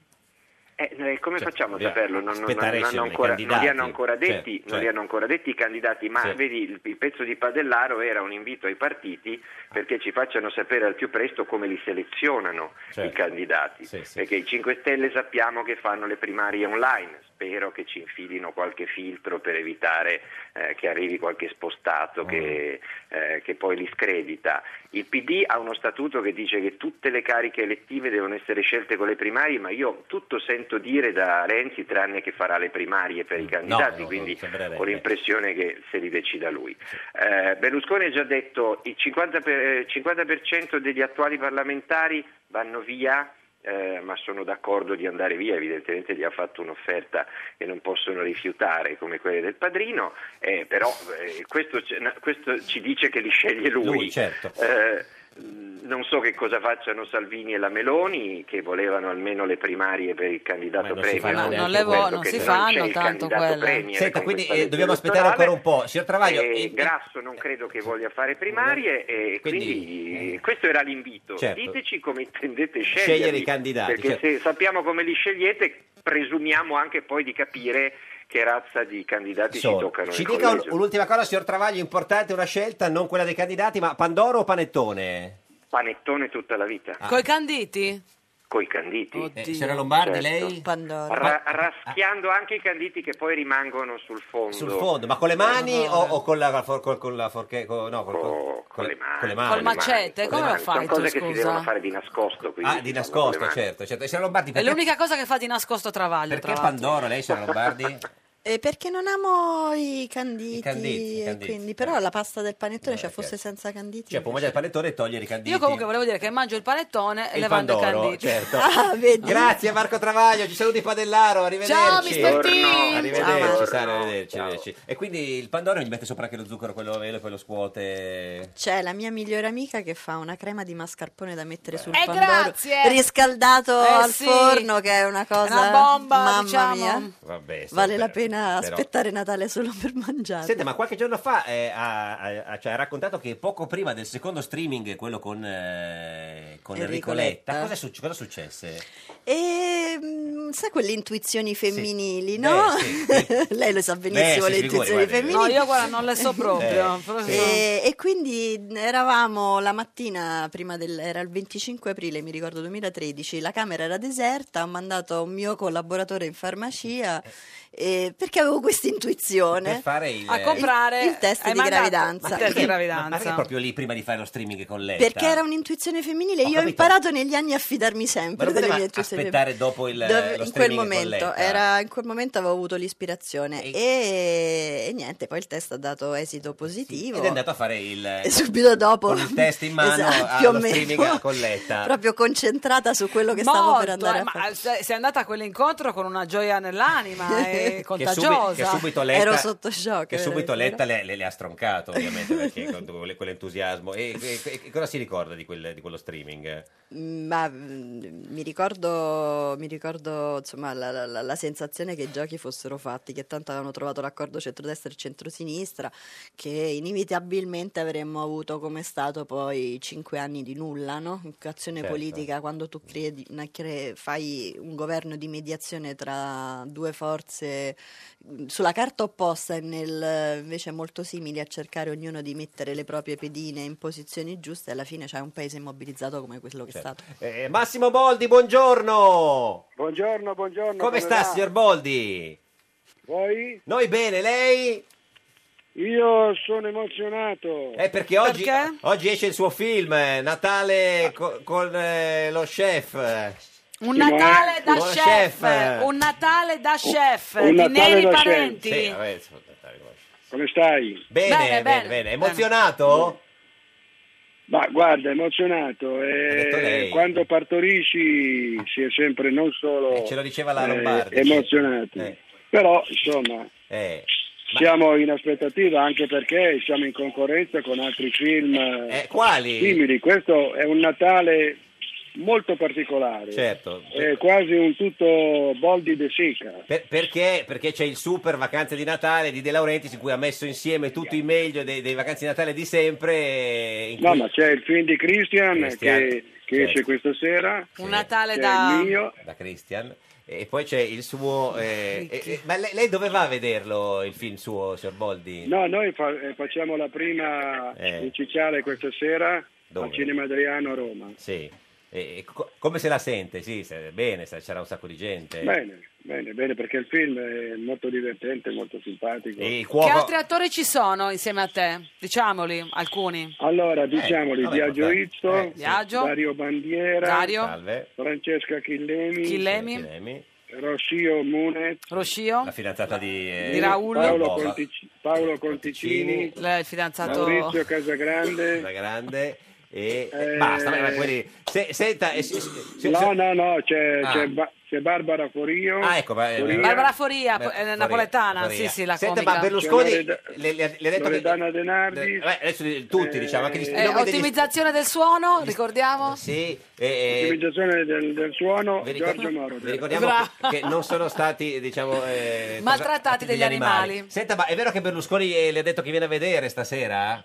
Eh, noi come Cioè, facciamo a bisogna saperlo? Non, non- aspettare non hanno escano i ancora, non li hanno candidati. ancora detti, Certo, non li certo. hanno ancora detti i candidati, ma Sì. vedi il, il pezzo di Padellaro era un invito ai partiti perché ci facciano sapere al più presto come li selezionano Certo. i candidati, Sì, sì. perché i cinque Stelle sappiamo che fanno le primarie online, spero che ci infilino qualche filtro per evitare eh, che arrivi qualche spostato Mm. che, eh, che poi li scredita. Il P D ha uno statuto che dice che tutte le cariche elettive devono essere scelte con le primarie, ma io tutto sento dire da Renzi tranne che farà le primarie per i candidati, no, quindi non sembrerebbe. ho l'impressione che se li decida lui. Eh, Berlusconi ha già detto il cinquanta per, cinquanta per cento degli attuali parlamentari vanno via, eh, ma sono d'accordo di andare via, evidentemente gli ha fatto un'offerta che non possono rifiutare come quelle del padrino, eh, però eh, questo, questo ci dice che li sceglie lui. Lui, certo. Eh, non so che cosa facciano Salvini e la Meloni, che volevano almeno le primarie per il candidato Ma non si premier. fanno Ma non neanche le vo- quello, non che si non fanno c'è il tanto candidato quelle. premier Senta, con quindi questa eh, legge dobbiamo aspettare elettorale. ancora un po'. Signor Travaglio, Eh, eh, Grasso non credo che voglia fare primarie e Quindi, quindi, eh, questo era l'invito. certo. Diteci come intendete Scegliere scegliere i candidati, perché certo. se sappiamo come li scegliete presumiamo anche poi di capire che razza di candidati ci sono. toccano Ci nel dica un- collegio. un'ultima cosa, signor Travaglio, importante, una scelta, non quella dei candidati, ma Pandoro o Panettone? Panettone tutta la vita. Coi canditi? Coi canditi. Eh, signora Lombardi, Certo. lei? Ra- raschiando anche i canditi che poi rimangono sul fondo. Sul fondo, ma con le mani No. o, o con la, for- con, con la forche... con- no, con, con- con le mani. Con le mani. Col macete? Con le Come lo mani. fai Sono tu, cose che si scusa? devono fare di nascosto. quindi Ah, si di fanno con nascosto, le mani. certo, certo. E signora Lombardi, È perché, l'unica cosa che fa di nascosto Travaglio. perché tra l'altro. Pandoro, lei, signora Lombardi? Eh, perché non amo i canditi, I canditi, i e canditi. quindi, però la pasta del panettone, Eh, cioè ok. fosse senza canditi. Cioè, può mangiare il panettone e togliere i canditi. Io comunque volevo dire che mangio il panettone e il levando i Pandoro, canditi. certo. Ah, vedi? Grazie Marco Travaglio, ci saluti Padellaro, arrivederci. Ciao, mister T. Arrivederci, Ciao. Sara, arrivederci, arrivederci. E quindi il Pandoro gli mette sopra anche lo zucchero, quello velo, e poi lo scuote. C'è la mia migliore amica che fa una crema di mascarpone da mettere sul Eh, pandoro grazie. riscaldato Eh, al sì. forno, che è una cosa, Una bomba, mamma diciamo. mia. Vabbè, Vale sì, la però- pena però- aspettare Natale solo per mangiare. Senta, ma qualche giorno fa eh, ha, ha- ha- cioè, ha raccontato che poco prima del secondo streaming, quello con, eh, con Enrico Enrico Letta, Letta. cosa, è suc- cosa successe? E mm, sai quelle intuizioni femminili, Sì. no? Beh, sì. Lei lo sa Beh, benissimo, si le figuri, intuizioni guardi. femminili. No, io guarda, non le so proprio. Eh, proprio E, e quindi eravamo la mattina prima del, era il venticinque aprile, mi ricordo duemilatredici, la camera era deserta, ho mandato un mio collaboratore in farmacia eh, perché avevo questa intuizione Per fare il... A comprare il test hai di mandato gravidanza. il test di Ma perché gravidanza. proprio lì prima di fare lo streaming con Letta? Perché era un'intuizione femminile, Ho io ho capito. imparato negli anni a fidarmi Ma sempre non delle poteva mie intuizioni aspettare femminili. dopo il, Dove- lo in quel streaming con momento Letta? era, in quel momento avevo avuto l'ispirazione e, e niente, poi il test ha dato esito positivo Ed è andato a fare il... e subito dopo con il test in mano esatto, più o allo meno, streaming con Letta. proprio concentrata su quello che stavo Molto, per andare eh, a ma fare. sei sei andata a quell'incontro con una gioia nell'anima e Che, subi- contagiosa. che subito Letta, Ero sotto shock, che subito veramente. Letta le, le- le ha stroncato, ovviamente, perché con quelle- quell'entusiasmo. E, e- e cosa si ricorda di, quel- di quello streaming? Ma mm, mi ricordo, mi ricordo avuto insomma, la, la, la, la sensazione che i giochi fossero fatti, che tanto avevano trovato l'accordo centrodestra e centrosinistra, che inevitabilmente avremmo avuto come stato poi cinque anni di nulla, no? Azione Certo. politica, quando tu crei, una- cre- fai un governo di mediazione tra due forze mh, sulla carta opposta e nel, invece molto simili, a cercare ognuno di mettere le proprie pedine in posizioni giuste, alla fine c'è un paese immobilizzato come quello che Certo. è stato. Eh, Massimo Boldi, buongiorno. Buongiorno, buongiorno. Come sta, va? signor Boldi? Voi? Noi bene, lei? Io sono emozionato. Eh, perché oggi, oggi esce il suo film, eh, Natale co- con eh, lo chef. Un Natale da Con lo chef, chef. un Natale da chef, un di Natale Neri da chef. Parenti. Sì, vabbè, insomma, Come stai? Bene, Bene, bene, bene, bene. Emozionato? Ma guarda, emozionato. eh, detto lei. quando partorisci si è sempre non solo Eh, ce lo diceva la eh, Lombardi. emozionati. Eh. Però, insomma, Eh, siamo in aspettativa anche perché siamo in concorrenza con altri film eh, quali? simili. Questo è un Natale molto particolare. Certo. È quasi un tutto Boldi de Sica. Per- perché? Perché c'è il super Vacanze di Natale di De Laurentiis in cui ha messo insieme tutto il meglio dei, dei Vacanze di Natale di sempre. eh, In No, cui... ma c'è il film di Christian, Christian, che, che certo. esce questa sera. Un Natale C'è da... il mio. Da Christian. E poi c'è il suo... eh, eh, eh, ma lei, lei dove va a vederlo, il film suo, signor Boldi? No, noi fa- eh, facciamo la prima Eh. in Cicciale questa sera Dove? al Cinema Adriano a Roma. Sì. E, e co- come se la sente? Sì, se- bene, se- c'era un sacco di gente. Bene, bene, bene, perché il film è molto divertente, molto simpatico. E il Che cuoco... altri attori ci sono insieme a te? Diciamoli, alcuni. Allora, diciamoli, vabbè, Biagio vabbè. Izzo, Eh, sì. Biagio. Dario Bandiera, Dario. Salve. Francesca Chillemi, Chillemi. Chillemi. Rossio Munez, Roscio. La fidanzata di... eh, Di Raul. Paolo, Bova. Contic- Paolo Conticini, Il fidanzato... Maurizio Casagrande. La grande... E Eh, basta, ma- ma quelli... Se- senta... eh, se- se- se- No, no, no, c'è, Ah. c'è, Ba- c'è Barbara Forio. Ah, ecco, ma- Foria, Barbara Foria, Beh, eh, Foria, napoletana, Foria. sì, sì, la Senta, comica. ma Berlusconi C'è Loreda- le, le, le ha detto che... Loredana Denardi. Eh, adesso tutti, diciamo, anche gli, i Eh, nomi degli- ottimizzazione del suono, ricordiamo? Sì, e, e- Ottimizzazione del, del suono, vi ricor- Giorgio Moro. vi ricordiamo Bravo. che non sono stati, diciamo... eh, Maltrattati degli animali. Senta, ma è vero che Berlusconi eh, le ha detto che viene a vedere stasera?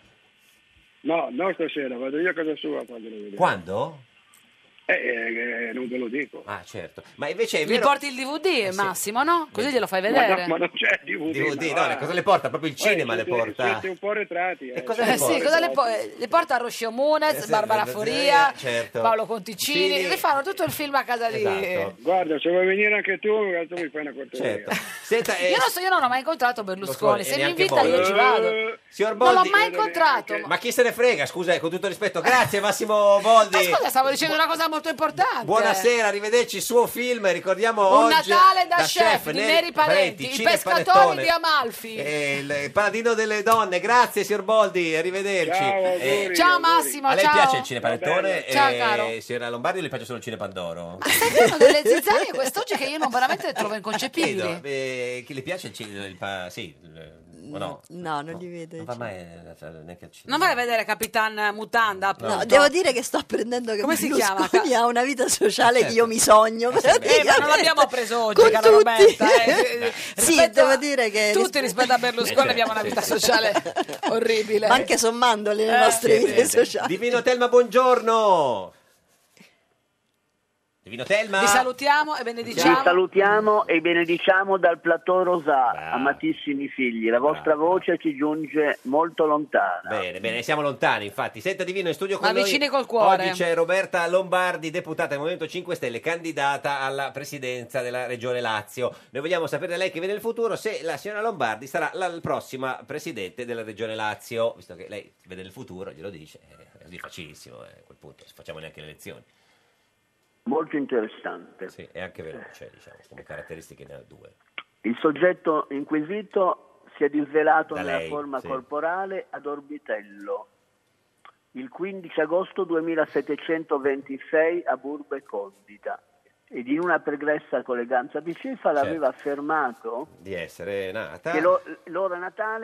No, no stasera, vado io a casa sua quando lo vedo. Quando? Eh, eh, eh, non ve lo dico. Ah, certo. Ma invece è Gli vero... porti il D V D, Massimo, no? Così glielo fai Ma, vedere. no, ma non c'è D V D. D V D, ma no, va. le- cosa le porta? Proprio il cinema Eh, le siete- porta. Siete un po' retratti. Eh. E cosa Eh le porta? sì, cosa le, po- le porta Roscio Munez, Eh, sì, Barbara eh, Foria, certo. Paolo Conticini, Conticini. le fanno tutto il film a casa di... Esatto. Guarda, se vuoi venire anche tu, tu mi fai una cortesia. Certo. Senta, eh, Io non so, io non ho mai incontrato Berlusconi, Berlusconi, se e mi neanche invita voi. io ci vado. Eh, Signor Non l'ho Boldi... mai incontrato. Ma Ma chi se ne frega, scusa, con tutto il rispetto. Grazie Massimo Boldi. ma scusa, stavo dicendo una cosa molto importante. Buonasera, arrivederci. Il suo film, ricordiamo Un oggi Natale da, chef, di Neri Neri Parenti, i Cine pescatori Panettone. di Amalfi. Eh, il, il paladino delle donne. Grazie signor Boldi, arrivederci. Ciao, Eh, auguri. Ciao Massimo, a lei ciao. piace il cinepanettone? Ciao, Eh, caro. signora Lombardi o le piace solo il cinepandoro? Ma stai vedendo delle zizzanie quest'oggi che io non veramente trovo Chiedo, inconcepibili. eh, chi le piace il cinema? Il pa- sì, il- o no? No, non li vedo. Non va mai eh, neanche al cinema. Non vai a vedere Capitan Mutanda, appunto. No, devo dire che sto apprendendo che Come si chiama? Berlusconi ha una vita sociale Certo. che io mi sogno. Eh, ma non praticamente. l'abbiamo preso oggi, Con cara tutti. Roberta. eh. Sì, Rispetto devo a- dire che Tutti rispetto a Berlusconi abbiamo una vita sociale orribile. ma anche sommandole le Eh, nostre sì, vite Sì, sociali. Divino Telma, buongiorno. Divino Telma. Vi salutiamo e Ci benediciamo. salutiamo e benediciamo dal plateau Rosà, Bravo. amatissimi figli. La vostra Bravo. voce ci giunge molto lontana. Bene, bene, siamo lontani, infatti. Senta Divino, in studio con Ma noi. vicini col cuore. Oggi c'è Roberta Lombardi, deputata del Movimento cinque Stelle, candidata alla presidenza della Regione Lazio. Noi vogliamo sapere da lei che vede nel futuro se la signora Lombardi sarà la prossima presidente della Regione Lazio, visto che lei vede nel futuro, glielo dice, è così facilissimo, eh, a quel punto, non facciamo neanche le elezioni. Molto interessante. Sì, è anche veloce, diciamo, come caratteristiche ne ha due. Il soggetto inquisito si è disvelato Da nella lei, forma sì. corporale ad Orbitello il quindici agosto duemilasettecentoventisei a Burbe Condita ed in una pregressa colleganza bicefala Certo. aveva affermato Di essere nata. che lo- l'ora natale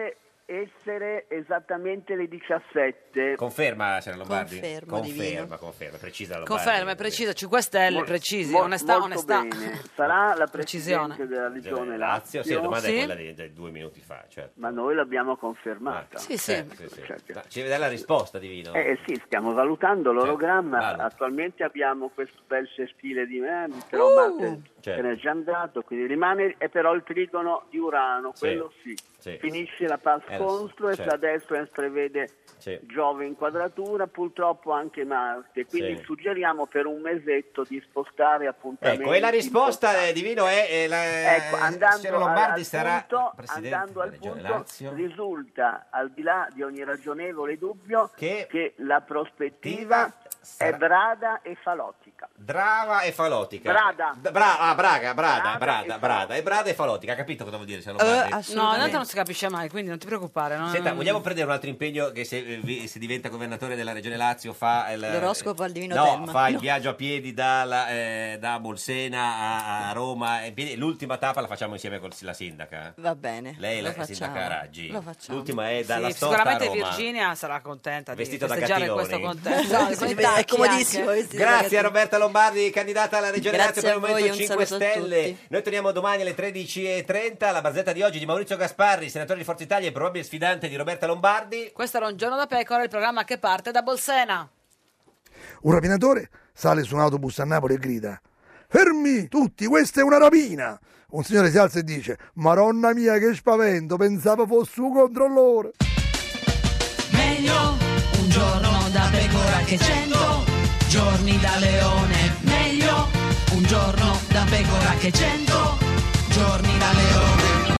essere esattamente le diciassette. Conferma, signora Lombardi? Confermo, conferma, Divino. conferma, precisa Lombardi. Conferma, è preciso, cinque Stelle, Mol- precisi, mol- onestà, molto onestà. bene. Sarà la Precisione. Presidente della Regione Lazio, Lazio, sì, la domanda Sì. è quella di, di due minuti fa, certo. ma noi l'abbiamo confermata. Sì, sì. Certo, sì, sì. Ma ci deve dare la risposta, Divino. Eh sì, stiamo valutando l'orogramma. Certo, vado. Attualmente abbiamo questo bel sestile di me, però Uh, Marte certo. se n'è già andato, quindi rimane è però il trigono di Urano, Sì, quello sì. sì. Finisce la pass Eh, lo so, constro e certo. adesso prevede Sì. Giove in quadratura, purtroppo anche Marte, quindi Sì. suggeriamo per un mesetto di spostare appuntamenti. Ecco, e la risposta, eh, Divino, è, è la, Ecco, andando signora Lombardi al sarà punto, Presidente andando al della Regione punto, Lazio. risulta, al di là di ogni ragionevole dubbio, Che che, la prospettiva è brada e falotica. Drava e falotica. Brada. D- Bra- ah, Braga, Brada, Brada Brada, e Brada. E Brada e falotica. Ha capito cosa vuol dire, signora Lombardi? No, tanto non si capisce mai, quindi non ti preoccupare. non- Senta, vogliamo prendere un altro impegno che se, eh, vi- se diventa governatore della Regione Lazio fa il, L'oroscopo al Divino no, Telma. fa il No. viaggio a piedi dalla, eh, da Bolsena a, a Roma e in piedi. L'ultima tappa la facciamo insieme con la sindaca. Va bene. Lei è lo la facciamo. sindaca Raggi. Lo facciamo. L'ultima è dalla Sì, Storta a sicuramente Roma. Virginia sarà contenta di Vestito da festeggiare gattinoni. questo contesto. No, Sì, con i è tacchi comodissimo anche. vestito da Grazie a gattino. Roberta Lombardi, candidata alla Regione Grazie Lazio per il a voi, Movimento un cinque saluto a Stelle. tutti. Noi torniamo domani alle tredici e trenta. La barzelletta di oggi di Maurizio Gasparri, senatore di Forza Italia e probabile sfidante di Roberta Lombardi. Questo era Un giorno da pecora, il programma che parte da Bolsena. Un rapinatore sale su un autobus a Napoli e grida: fermi tutti, questa è una rapina. Un signore si alza e dice: Maronna mia che spavento, pensavo fosse un controllore. Meglio un giorno da pecora che cento giorni da leone. Meglio un giorno da pecora che cento giorni da leone.